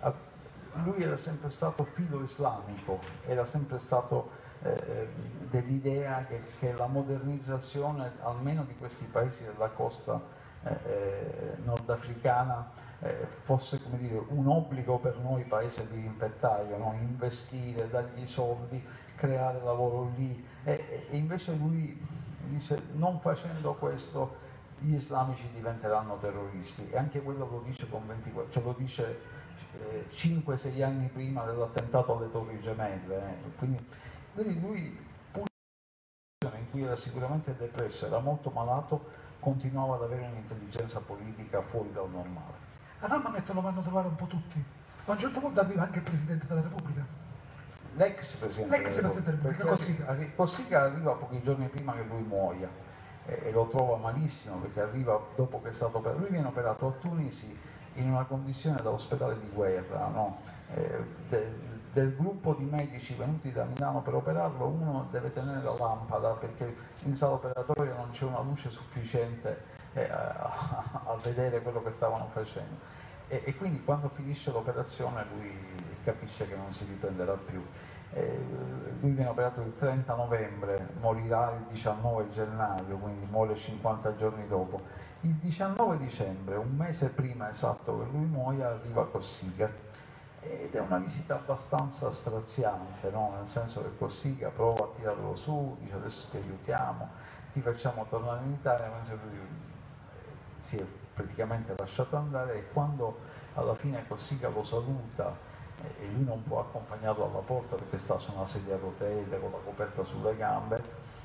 C: lui era sempre stato filo islamico, era sempre stato eh, dell'idea che, che la modernizzazione almeno di questi paesi della costa eh, nordafricana eh, fosse, come dire, un obbligo per noi paese di rimpettaio, no? Investire, dargli soldi, creare lavoro lì, e, e invece lui dice non facendo questo gli islamici diventeranno terroristi, e anche quello lo dice con ventiquattro, cioè lo dice eh, cinque sei anni prima dell'attentato alle Torri Gemelle, eh. quindi, quindi lui, pur in cui era sicuramente depresso, era molto malato, continuava ad avere un'intelligenza politica fuori dal normale.
A: A Hammamet lo vanno a trovare un po' tutti, a un certo punto arriva anche il Presidente della Repubblica.
C: L'ex Presidente
A: L'ex Presidente della Repubblica, Cossiga.
C: Cossiga arriva pochi giorni prima che lui muoia e, e lo trova malissimo, perché arriva dopo che è stato operato. Lui viene operato a Tunisi in una condizione da ospedale di guerra, no? eh, de, del gruppo di medici venuti da Milano per operarlo, uno deve tenere la lampada perché in sala operatoria non c'è una luce sufficiente eh, a, a vedere quello che stavano facendo, e, e quindi quando finisce l'operazione lui capisce che non si riprenderà più. Eh, lui viene operato il trenta novembre, morirà il diciannove gennaio, quindi muore cinquanta giorni dopo. Il diciannove dicembre, un mese prima esatto che lui muoia, arriva Cossiga, ed è una visita abbastanza straziante, no? Nel senso che Cossiga prova a tirarlo su, dice adesso ti aiutiamo, ti facciamo tornare in Italia, mentre lui si è praticamente lasciato andare, e quando alla fine Cossiga lo saluta e lui non può accompagnarlo alla porta perché sta su una sedia a rotelle con la coperta sulle gambe,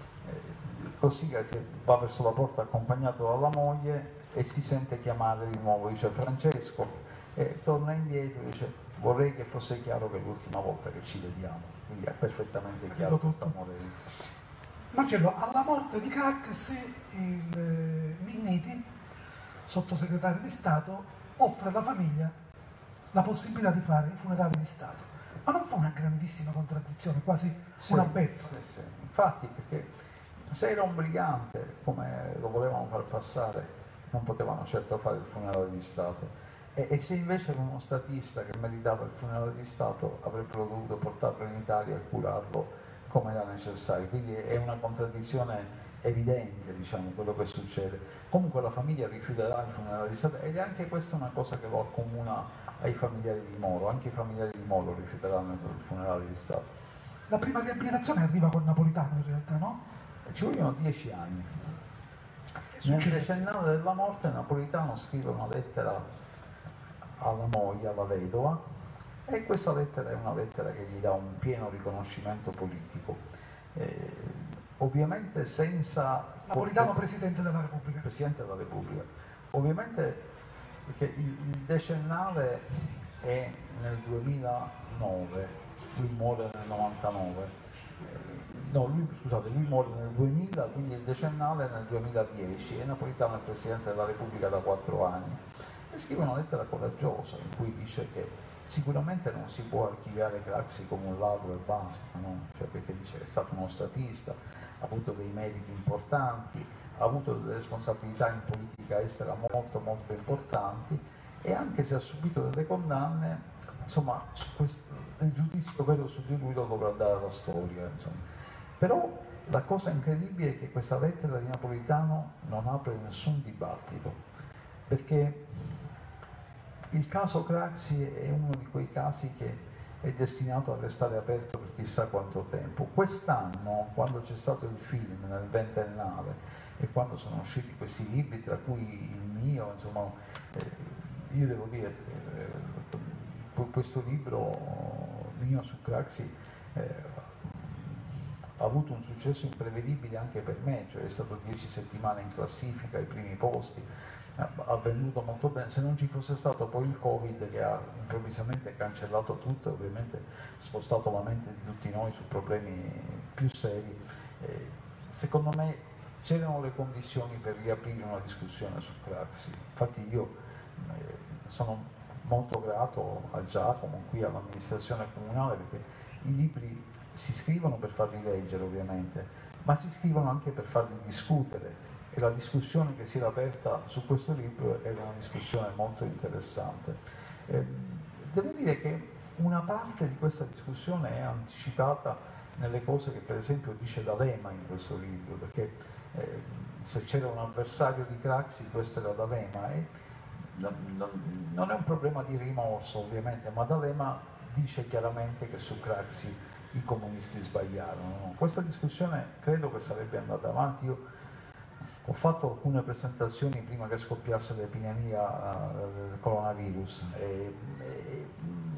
C: Cossiga va verso la porta accompagnato dalla moglie e si sente chiamare di nuovo, dice Francesco, e torna indietro e dice vorrei che fosse chiaro che è l'ultima volta che ci vediamo, quindi è perfettamente chiaro che sta morendo.
A: Marcello, alla morte di Craxi, il eh, Minniti, sottosegretario di Stato, offre alla famiglia la possibilità di fare i funerali di Stato, ma non fa una grandissima contraddizione, quasi
C: sì,
A: una beffa.
C: Sì, sì. Infatti, perché se era un brigante, come lo volevano far passare, non potevano certo fare il funerale di Stato. E, e se invece era uno statista che meritava il funerale di Stato, avrebbero dovuto portarlo in Italia e curarlo come era necessario. Quindi è una contraddizione evidente, diciamo, quello che succede. Comunque la famiglia rifiuterà il funerale di Stato, ed è anche questa una cosa che lo accomuna ai familiari di Moro. Anche i familiari di Moro rifiuteranno il funerale di Stato.
A: La prima riabilitazione arriva con Napolitano in realtà, no?
C: Ci vogliono dieci anni. Nel decennale della morte Napolitano scrive una lettera alla moglie, alla vedova, e questa lettera è una lettera che gli dà un pieno riconoscimento politico. Eh, ovviamente senza...
A: Napolitano Presidente della Repubblica.
C: Presidente della Repubblica. Ovviamente perché il, il decennale è nel duemilanove, lui muore nel novantanove, eh, no, lui, scusate, lui muore nel duemila, quindi il decennale è nel duemiladieci, e Napolitano è Presidente della Repubblica da quattro anni, e scrive una lettera coraggiosa in cui dice che sicuramente non si può archiviare Craxi come un ladro e basta, no? Cioè, perché dice che è stato uno statista, ha avuto dei meriti importanti, ha avuto delle responsabilità in politica estera molto molto importanti, e anche se ha subito delle condanne, insomma, su questo, il giudizio vero su di lui lo dovrà dare la storia, insomma. Però la cosa incredibile è che questa lettera di Napolitano non apre nessun dibattito, perché il caso Craxi è uno di quei casi che è destinato a restare aperto per chissà quanto tempo. Quest'anno, quando c'è stato il film nel ventennale e quando sono usciti questi libri, tra cui il mio, insomma, eh, io devo dire, eh, questo libro mio su Craxi eh, ha avuto un successo imprevedibile anche per me, cioè è stato dieci settimane in classifica, ai primi posti, ha venduto molto bene. Se non ci fosse stato poi il Covid che ha improvvisamente cancellato tutto e ovviamente spostato la mente di tutti noi su problemi più seri, eh, secondo me c'erano le condizioni per riaprire una discussione su Craxi. Infatti io eh, sono molto grato a Giacomo, qui all'amministrazione comunale, perché i libri si scrivono per farli leggere ovviamente, ma si scrivono anche per farli discutere, e la discussione che si era aperta su questo libro era una discussione molto interessante. Eh, devo dire che una parte di questa discussione è anticipata nelle cose che per esempio dice D'Alema in questo libro, perché eh, se c'era un avversario di Craxi questo era D'Alema, e non, non, non è un problema di rimorso ovviamente, ma D'Alema dice chiaramente che su Craxi i comunisti sbagliarono. Questa discussione credo che sarebbe andata avanti. Io ho fatto alcune presentazioni prima che scoppiasse l'epidemia del coronavirus e, e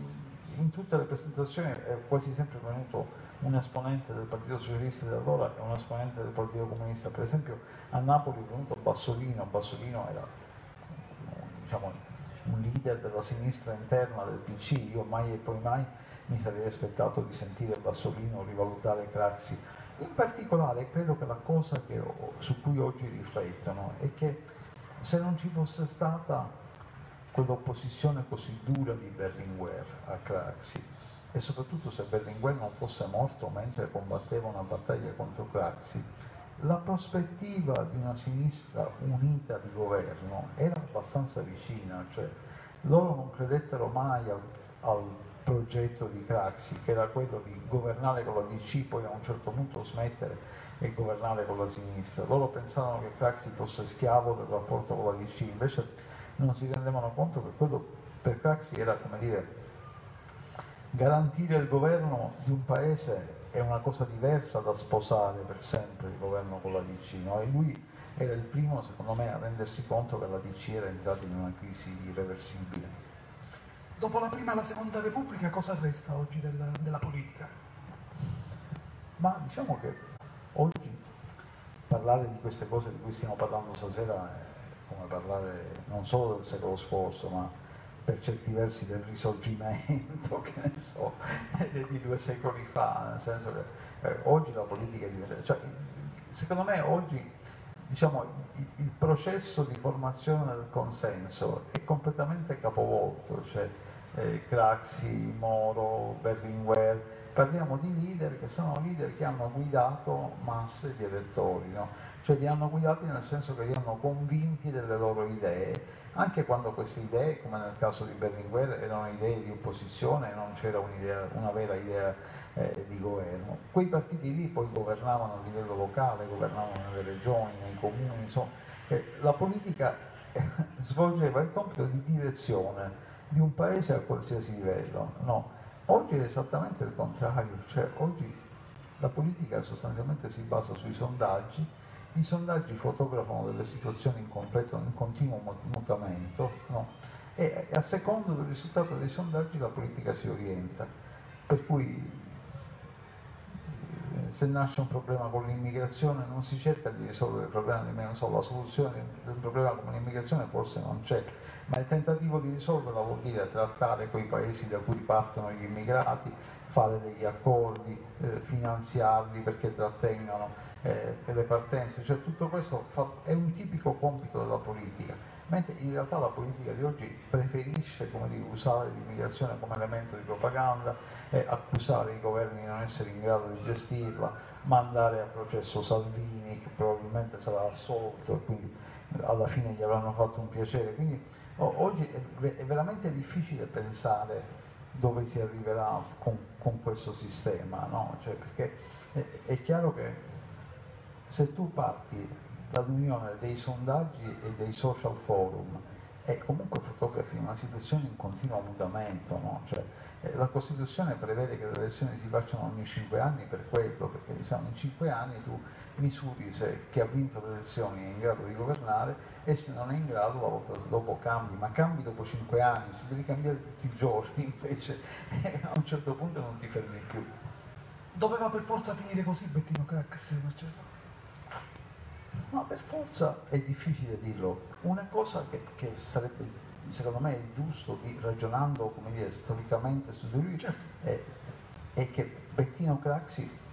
C: in tutte le presentazioni è quasi sempre venuto un esponente del Partito Socialista di allora e un esponente del Partito Comunista. Per esempio a Napoli è venuto Bassolino. Bassolino era, diciamo, un leader della sinistra interna del P C. Io mai e poi mai mi sarei aspettato di sentire Bassolino rivalutare Craxi. In particolare credo che la cosa che, su cui oggi riflettono è che se non ci fosse stata quell'opposizione così dura di Berlinguer a Craxi, e soprattutto se Berlinguer non fosse morto mentre combatteva una battaglia contro Craxi, la prospettiva di una sinistra unita di governo era abbastanza vicina, cioè loro non credettero mai al, al progetto di Craxi, che era quello di governare con la D C, poi a un certo punto smettere e governare con la sinistra. Loro pensavano che Craxi fosse schiavo del rapporto con la D C, invece non si rendevano conto che quello per Craxi era, come dire, garantire il governo di un paese è una cosa diversa da sposare per sempre il governo con la D C, no? E lui era il primo, secondo me, a rendersi conto che la D C era entrata in una crisi irreversibile.
A: Dopo la prima e la seconda Repubblica cosa resta oggi della, della politica?
C: Ma diciamo che oggi parlare di queste cose di cui stiamo parlando stasera è come parlare non solo del secolo scorso, ma per certi versi del Risorgimento, che ne so, di due secoli fa, nel senso che eh, oggi la politica è diventata, cioè, secondo me oggi, diciamo, il, il processo di formazione del consenso è completamente capovolto, cioè eh, Craxi, Moro, Berlinguer, parliamo di leader che sono leader che hanno guidato masse di elettori, no? Cioè li hanno guidati nel senso che li hanno convinti delle loro idee, anche quando queste idee, come nel caso di Berlinguer, erano idee di opposizione e non c'era un'idea, una vera idea eh, di governo. Quei partiti lì poi governavano a livello locale, governavano nelle regioni, nei comuni, insomma. Eh, la politica eh, svolgeva il compito di direzione di un paese a qualsiasi livello, no? Oggi è esattamente il contrario, cioè oggi la politica sostanzialmente si basa sui sondaggi. I sondaggi fotografano delle situazioni in, completo, in continuo mutamento, no? E a secondo del risultato dei sondaggi la politica si orienta, per cui se nasce un problema con l'immigrazione non si cerca di risolvere il problema, nemmeno so, la soluzione del problema con l'immigrazione forse non c'è, ma il tentativo di risolverla vuol dire trattare quei paesi da cui partono gli immigrati, fare degli accordi, eh, finanziarli perché trattengano eh, delle partenze, cioè tutto questo fa, è un tipico compito della politica, mentre in realtà la politica di oggi preferisce, come dire, usare l'immigrazione come elemento di propaganda, eh, accusare i governi di non essere in grado di gestirla, mandare a processo Salvini che probabilmente sarà assolto e quindi alla fine gli avranno fatto un piacere. Quindi oh, oggi è, è veramente difficile pensare dove si arriverà con, con questo sistema, no? Cioè, perché è, è chiaro che se tu parti dall'unione dei sondaggi e dei social forum e comunque fotografi una situazione in continuo mutamento, no? Cioè, eh, la Costituzione prevede che le elezioni si facciano ogni cinque anni per quello, perché diciamo in cinque anni tu misuri se chi ha vinto le elezioni è in grado di governare e se non è in grado la volta dopo cambi, ma cambi dopo cinque anni, se devi cambiare tutti i giorni invece eh, a un certo punto non ti fermi più.
A: Doveva per forza finire così Bettino Craxi, Marcello?
C: No, per forza è difficile dirlo. Una cosa che, che sarebbe, secondo me, è giusto, di, ragionando, come dire, storicamente su di lui, certo, è, è che Bettino Craxi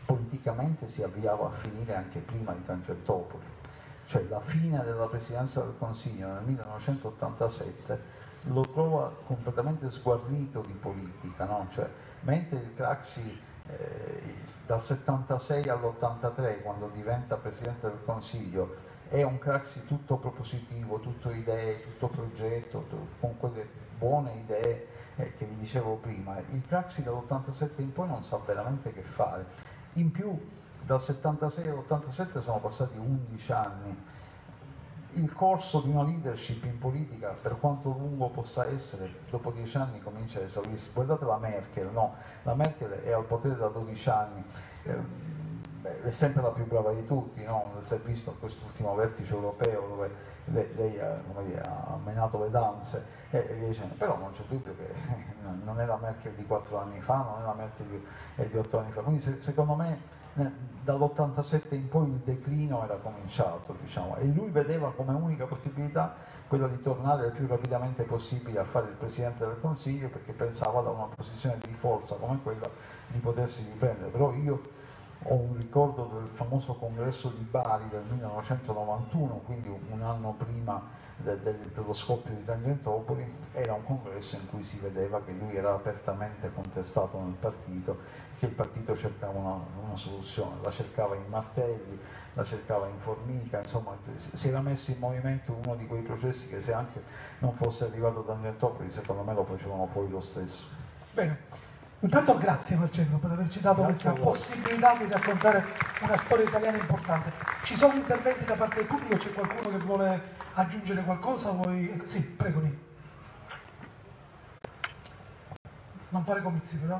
C: politicamente si avviava a finire anche prima di Tangentopoli, cioè la fine della Presidenza del Consiglio nel millenovecentottantasette lo trova completamente sguarnito di politica, no? Cioè, mentre il Craxi eh, dal settantasei all'ottantatré, quando diventa Presidente del Consiglio, è un Craxi tutto propositivo, tutto idee, tutto progetto, con quelle buone idee eh, che vi dicevo prima. Il Craxi dall'ottantasette in poi non sa veramente che fare. In più, dal settantasei all'ottantasette sono passati undici anni. Il corso di una leadership in politica, per quanto lungo possa essere, dopo dieci anni comincia a esaurirsi. Guardate la Merkel, no? La Merkel è al potere da dodici anni. Eh, Beh, è sempre la più brava di tutti, no? Si è visto in quest'ultimo vertice europeo dove lei, lei ha, come dire, ha menato le danze e, e via dicendo. Però non c'è dubbio che non è la Merkel di quattro anni fa, non è la Merkel di, eh, di otto anni fa. Quindi se, secondo me dall'ottantasette in poi il declino era cominciato, diciamo, e lui vedeva come unica possibilità quella di tornare il più rapidamente possibile a fare il Presidente del Consiglio, perché pensava da una posizione di forza come quella di potersi riprendere. Però io ho un ricordo del famoso congresso di Bari del millenovecentonovantuno, quindi un anno prima de, de, dello scoppio di Tangentopoli. Era un congresso in cui si vedeva che lui era apertamente contestato nel partito, che il partito cercava una, una soluzione, la cercava in Martelli, la cercava in Formica, insomma si era messo in movimento uno di quei processi che, se anche non fosse arrivato Tangentopoli, secondo me lo facevano fuori lo stesso.
A: Bene. Intanto grazie Marcello per averci dato grazie questa possibilità di raccontare una storia italiana importante. Ci sono interventi da parte del pubblico? C'è qualcuno che vuole aggiungere qualcosa? Vuoi... Sì, prego Nino. Non fare comizi però.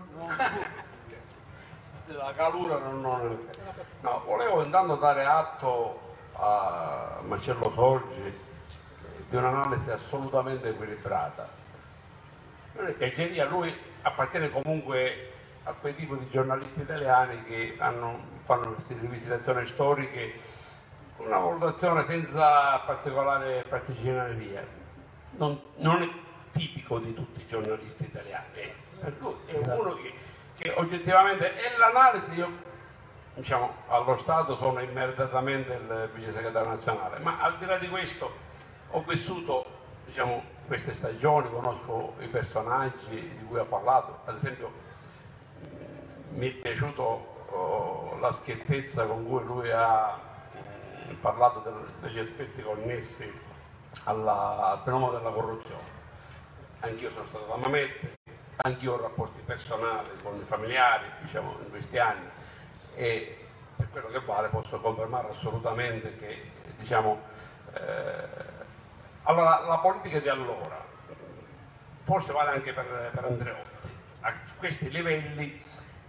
D: La calura non, non... No, volevo intanto dare atto a Marcello Sorgi di un'analisi assolutamente equilibrata. Non è piaceria, lui appartiene comunque a quei tipi di giornalisti italiani che hanno, fanno queste rivisitazioni storiche con una valutazione senza particolare partigianeria. Non, non è tipico di tutti i giornalisti italiani, eh. Lui è uno che, che oggettivamente è l'analisi. Io, diciamo, allo Stato sono immeritatamente il vice segretario nazionale, ma al di là di questo ho vissuto, diciamo, queste stagioni, conosco i personaggi di cui ha parlato. Ad esempio mi è piaciuto oh, la schiettezza con cui lui ha mh, parlato del, degli aspetti connessi alla, al fenomeno della corruzione. Anch'io sono stato da Mamette, anch'io ho rapporti personali con i familiari, diciamo, in questi anni, e per quello che vale posso confermare assolutamente che, diciamo, eh, allora, la politica di allora, forse vale anche per, per Andreotti, a questi livelli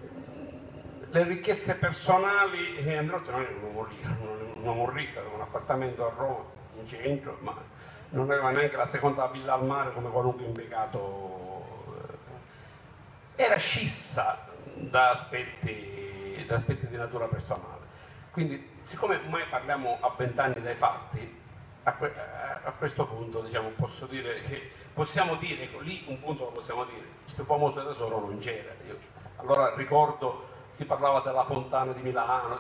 D: le ricchezze personali, e Andreotti non era un uomo ricco, un uomo ricco, aveva un appartamento a Roma, in centro, ma non aveva neanche la seconda villa al mare come qualunque impiegato. Era scissa da aspetti, da aspetti di natura personale. Quindi, siccome ormai parliamo a vent'anni dai fatti, A, que a questo punto, diciamo, posso dire che possiamo dire, lì un punto lo possiamo dire, questo famoso tesoro non c'era. Allora ricordo, si parlava della fontana di Milano,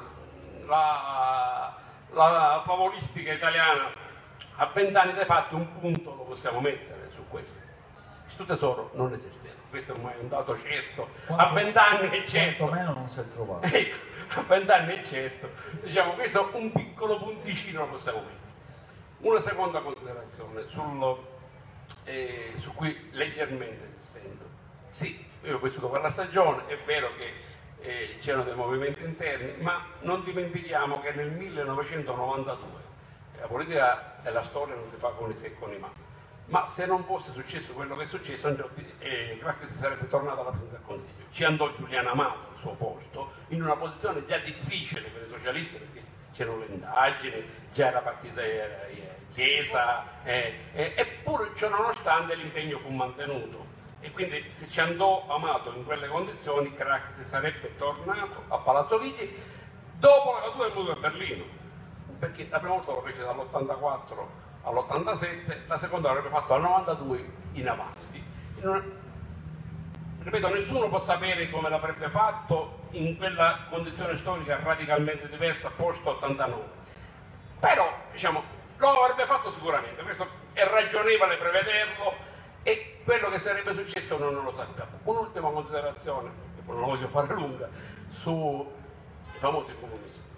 D: la, la favolistica italiana, a vent'anni dai fatti un punto lo possiamo mettere su questo. Questo tesoro non esisteva, questo ormai è un dato certo, quanto, a vent'anni è certo.
C: Quantomeno non si è trovato.
D: Ecco, a vent'anni è certo. Diciamo, questo un piccolo punticino lo possiamo mettere. Una seconda considerazione sul, eh, su cui leggermente dissento. Sì, io ho vissuto quella stagione, è vero che eh, c'erano dei movimenti interni, ma non dimentichiamo che nel millenovecentonovantadue la politica e la storia non si fa con i se e con i ma. Ma se non fosse successo quello che è successo, eh, Craxi sarebbe tornato alla Presidenza del Consiglio. Ci andò Giuliano Amato al suo posto, in una posizione già difficile per i socialisti, perché c'erano le indagini, già era partita eh, Chiesa, eh, eh, eppure ciò nonostante l'impegno fu mantenuto. E quindi se ci andò Amato in quelle condizioni, Craxi sarebbe tornato a Palazzo Chigi dopo la caduta del muro di Berlino, perché la prima volta lo fece dall'ottantaquattro all'ottantasette, la seconda l'avrebbe fatto dal novantadue in avanti. Non, ripeto, nessuno può sapere come l'avrebbe fatto in quella condizione storica radicalmente diversa post ottantanove. Però, diciamo, lo avrebbe fatto sicuramente, questo è ragionevole prevederlo, e quello che sarebbe successo noi non lo sappiamo. Un'ultima considerazione, che non la voglio fare lunga, sui famosi comunisti.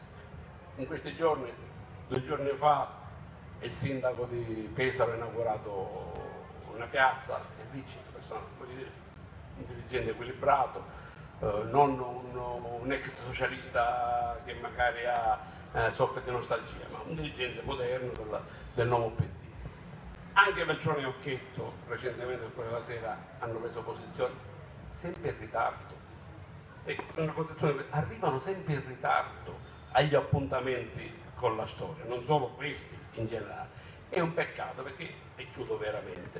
D: In questi giorni, due giorni fa, il sindaco di Pesaro ha inaugurato una piazza, e lì c'è una persona, voglio dire, intelligente, equilibrato, eh, non un, un ex socialista che magari ha, eh, soffre di nostalgia, ma un dirigente moderno del, del nuovo P D. Anche Veltroni e Occhetto recentemente, quella sera, hanno preso posizione sempre in ritardo, e una posizione, arrivano sempre in ritardo agli appuntamenti con la storia, non solo questi in generale. È un peccato, perché, e chiudo veramente,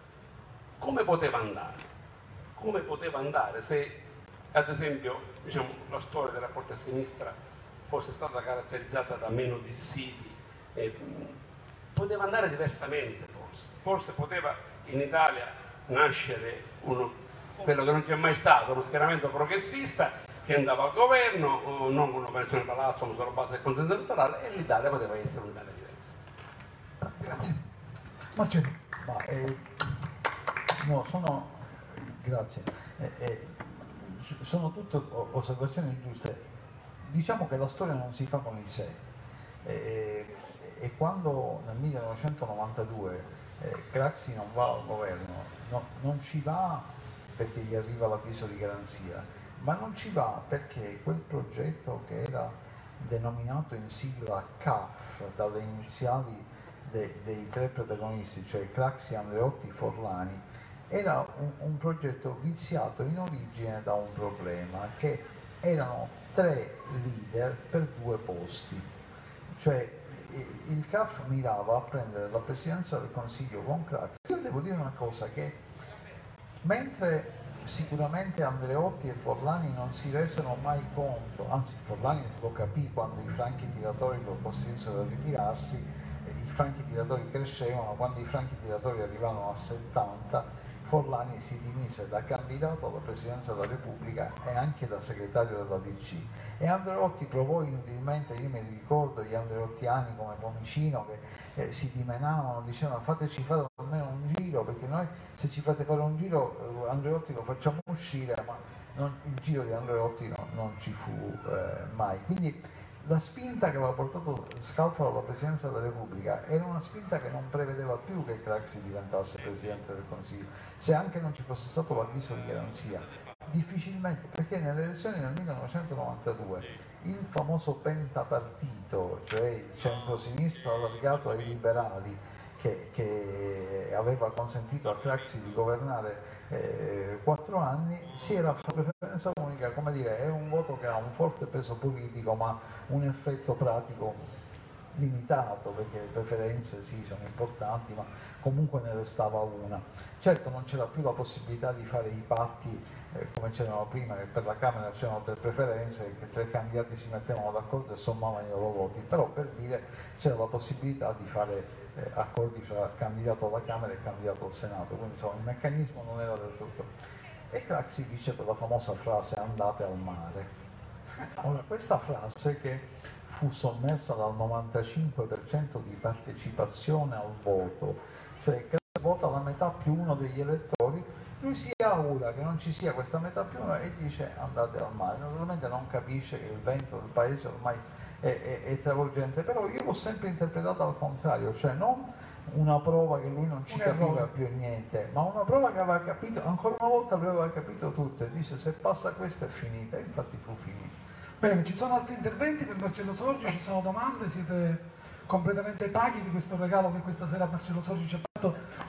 D: come poteva andare? Come poteva andare se, ad esempio, diciamo, la storia dei rapporti a sinistra fosse stata caratterizzata da meno dissidi? Eh, poteva andare diversamente, forse. Forse poteva in Italia nascere uno, quello che non c'è mai stato, uno schieramento progressista che andava al governo, non con un'operazione palazzo, ma sulla base del consenso elettorale, e l'Italia poteva essere un'Italia diversa.
A: Grazie. Marcello.
C: Ma, eh, no, sono, grazie, eh, eh, sono tutte osservazioni giuste. Diciamo che la storia non si fa con il sé, eh, e quando nel millenovecentonovantadue eh, Craxi non va al governo, no, non ci va perché gli arriva l'avviso di garanzia, ma non ci va perché quel progetto, che era denominato in sigla C A F dalle iniziali de, dei tre protagonisti, cioè Craxi, Andreotti, Forlani, era un, un progetto viziato in origine da un problema, che erano tre leader per due posti. Cioè il C A F mirava a prendere la presidenza del Consiglio con Craxi. Io devo dire una cosa, che mentre sicuramente Andreotti e Forlani non si resero mai conto, anzi Forlani lo capì quando i franchi tiratori lo costrinsero a ritirarsi, i franchi tiratori crescevano, quando i franchi tiratori arrivarono a settanta, Forlani si dimise da candidato alla presidenza della Repubblica e anche da segretario della D C, e Andreotti provò inutilmente. Io mi ricordo gli andreottiani come Pomicino che eh, si dimenavano, dicevano fateci fare almeno un giro, perché noi se ci fate fare un giro eh, Andreotti lo facciamo uscire, ma non, il giro di Andreotti no, non ci fu eh, mai. Quindi la spinta che aveva portato Scalfaro alla presidenza della Repubblica era una spinta che non prevedeva più che Craxi diventasse presidente del Consiglio, se anche non ci fosse stato l'avviso di garanzia. Difficilmente, perché nelle elezioni del millenovecentonovantadue il famoso pentapartito, cioè il centro-sinistra allargato ai liberali, che, che aveva consentito a Craxi di governare eh, quattro anni, si era fatto preferenza unica. Come dire, è un voto che ha un forte peso politico ma un effetto pratico limitato, perché le preferenze sì sono importanti, ma comunque ne restava una. Certo non c'era più la possibilità di fare i patti eh, come c'erano prima, che per la Camera c'erano tre preferenze, che tre candidati si mettevano d'accordo e sommavano i loro voti, però per dire c'era la possibilità di fare eh, accordi fra candidato alla Camera e candidato al Senato, quindi insomma il meccanismo non era del tutto. E Craxi dice per la famosa frase andate al mare. Ora, questa frase, che fu sommersa dal novantacinque per cento di partecipazione al voto, cioè che vota la metà più uno degli elettori, lui si augura che non ci sia questa metà più uno e dice andate al mare. Naturalmente non capisce che il vento del paese ormai è, è, è travolgente, però io l'ho sempre interpretata al contrario, cioè non una prova che lui non ci capiva più niente, ma una prova che aveva capito, ancora una volta aveva capito tutto, e dice se passa questa è finita, e infatti fu finita.
A: Bene, ci sono altri interventi per Marcello Sorgi, ci sono domande, siete completamente paghi di questo regalo che questa sera Marcello Sorgi ci ha fatto.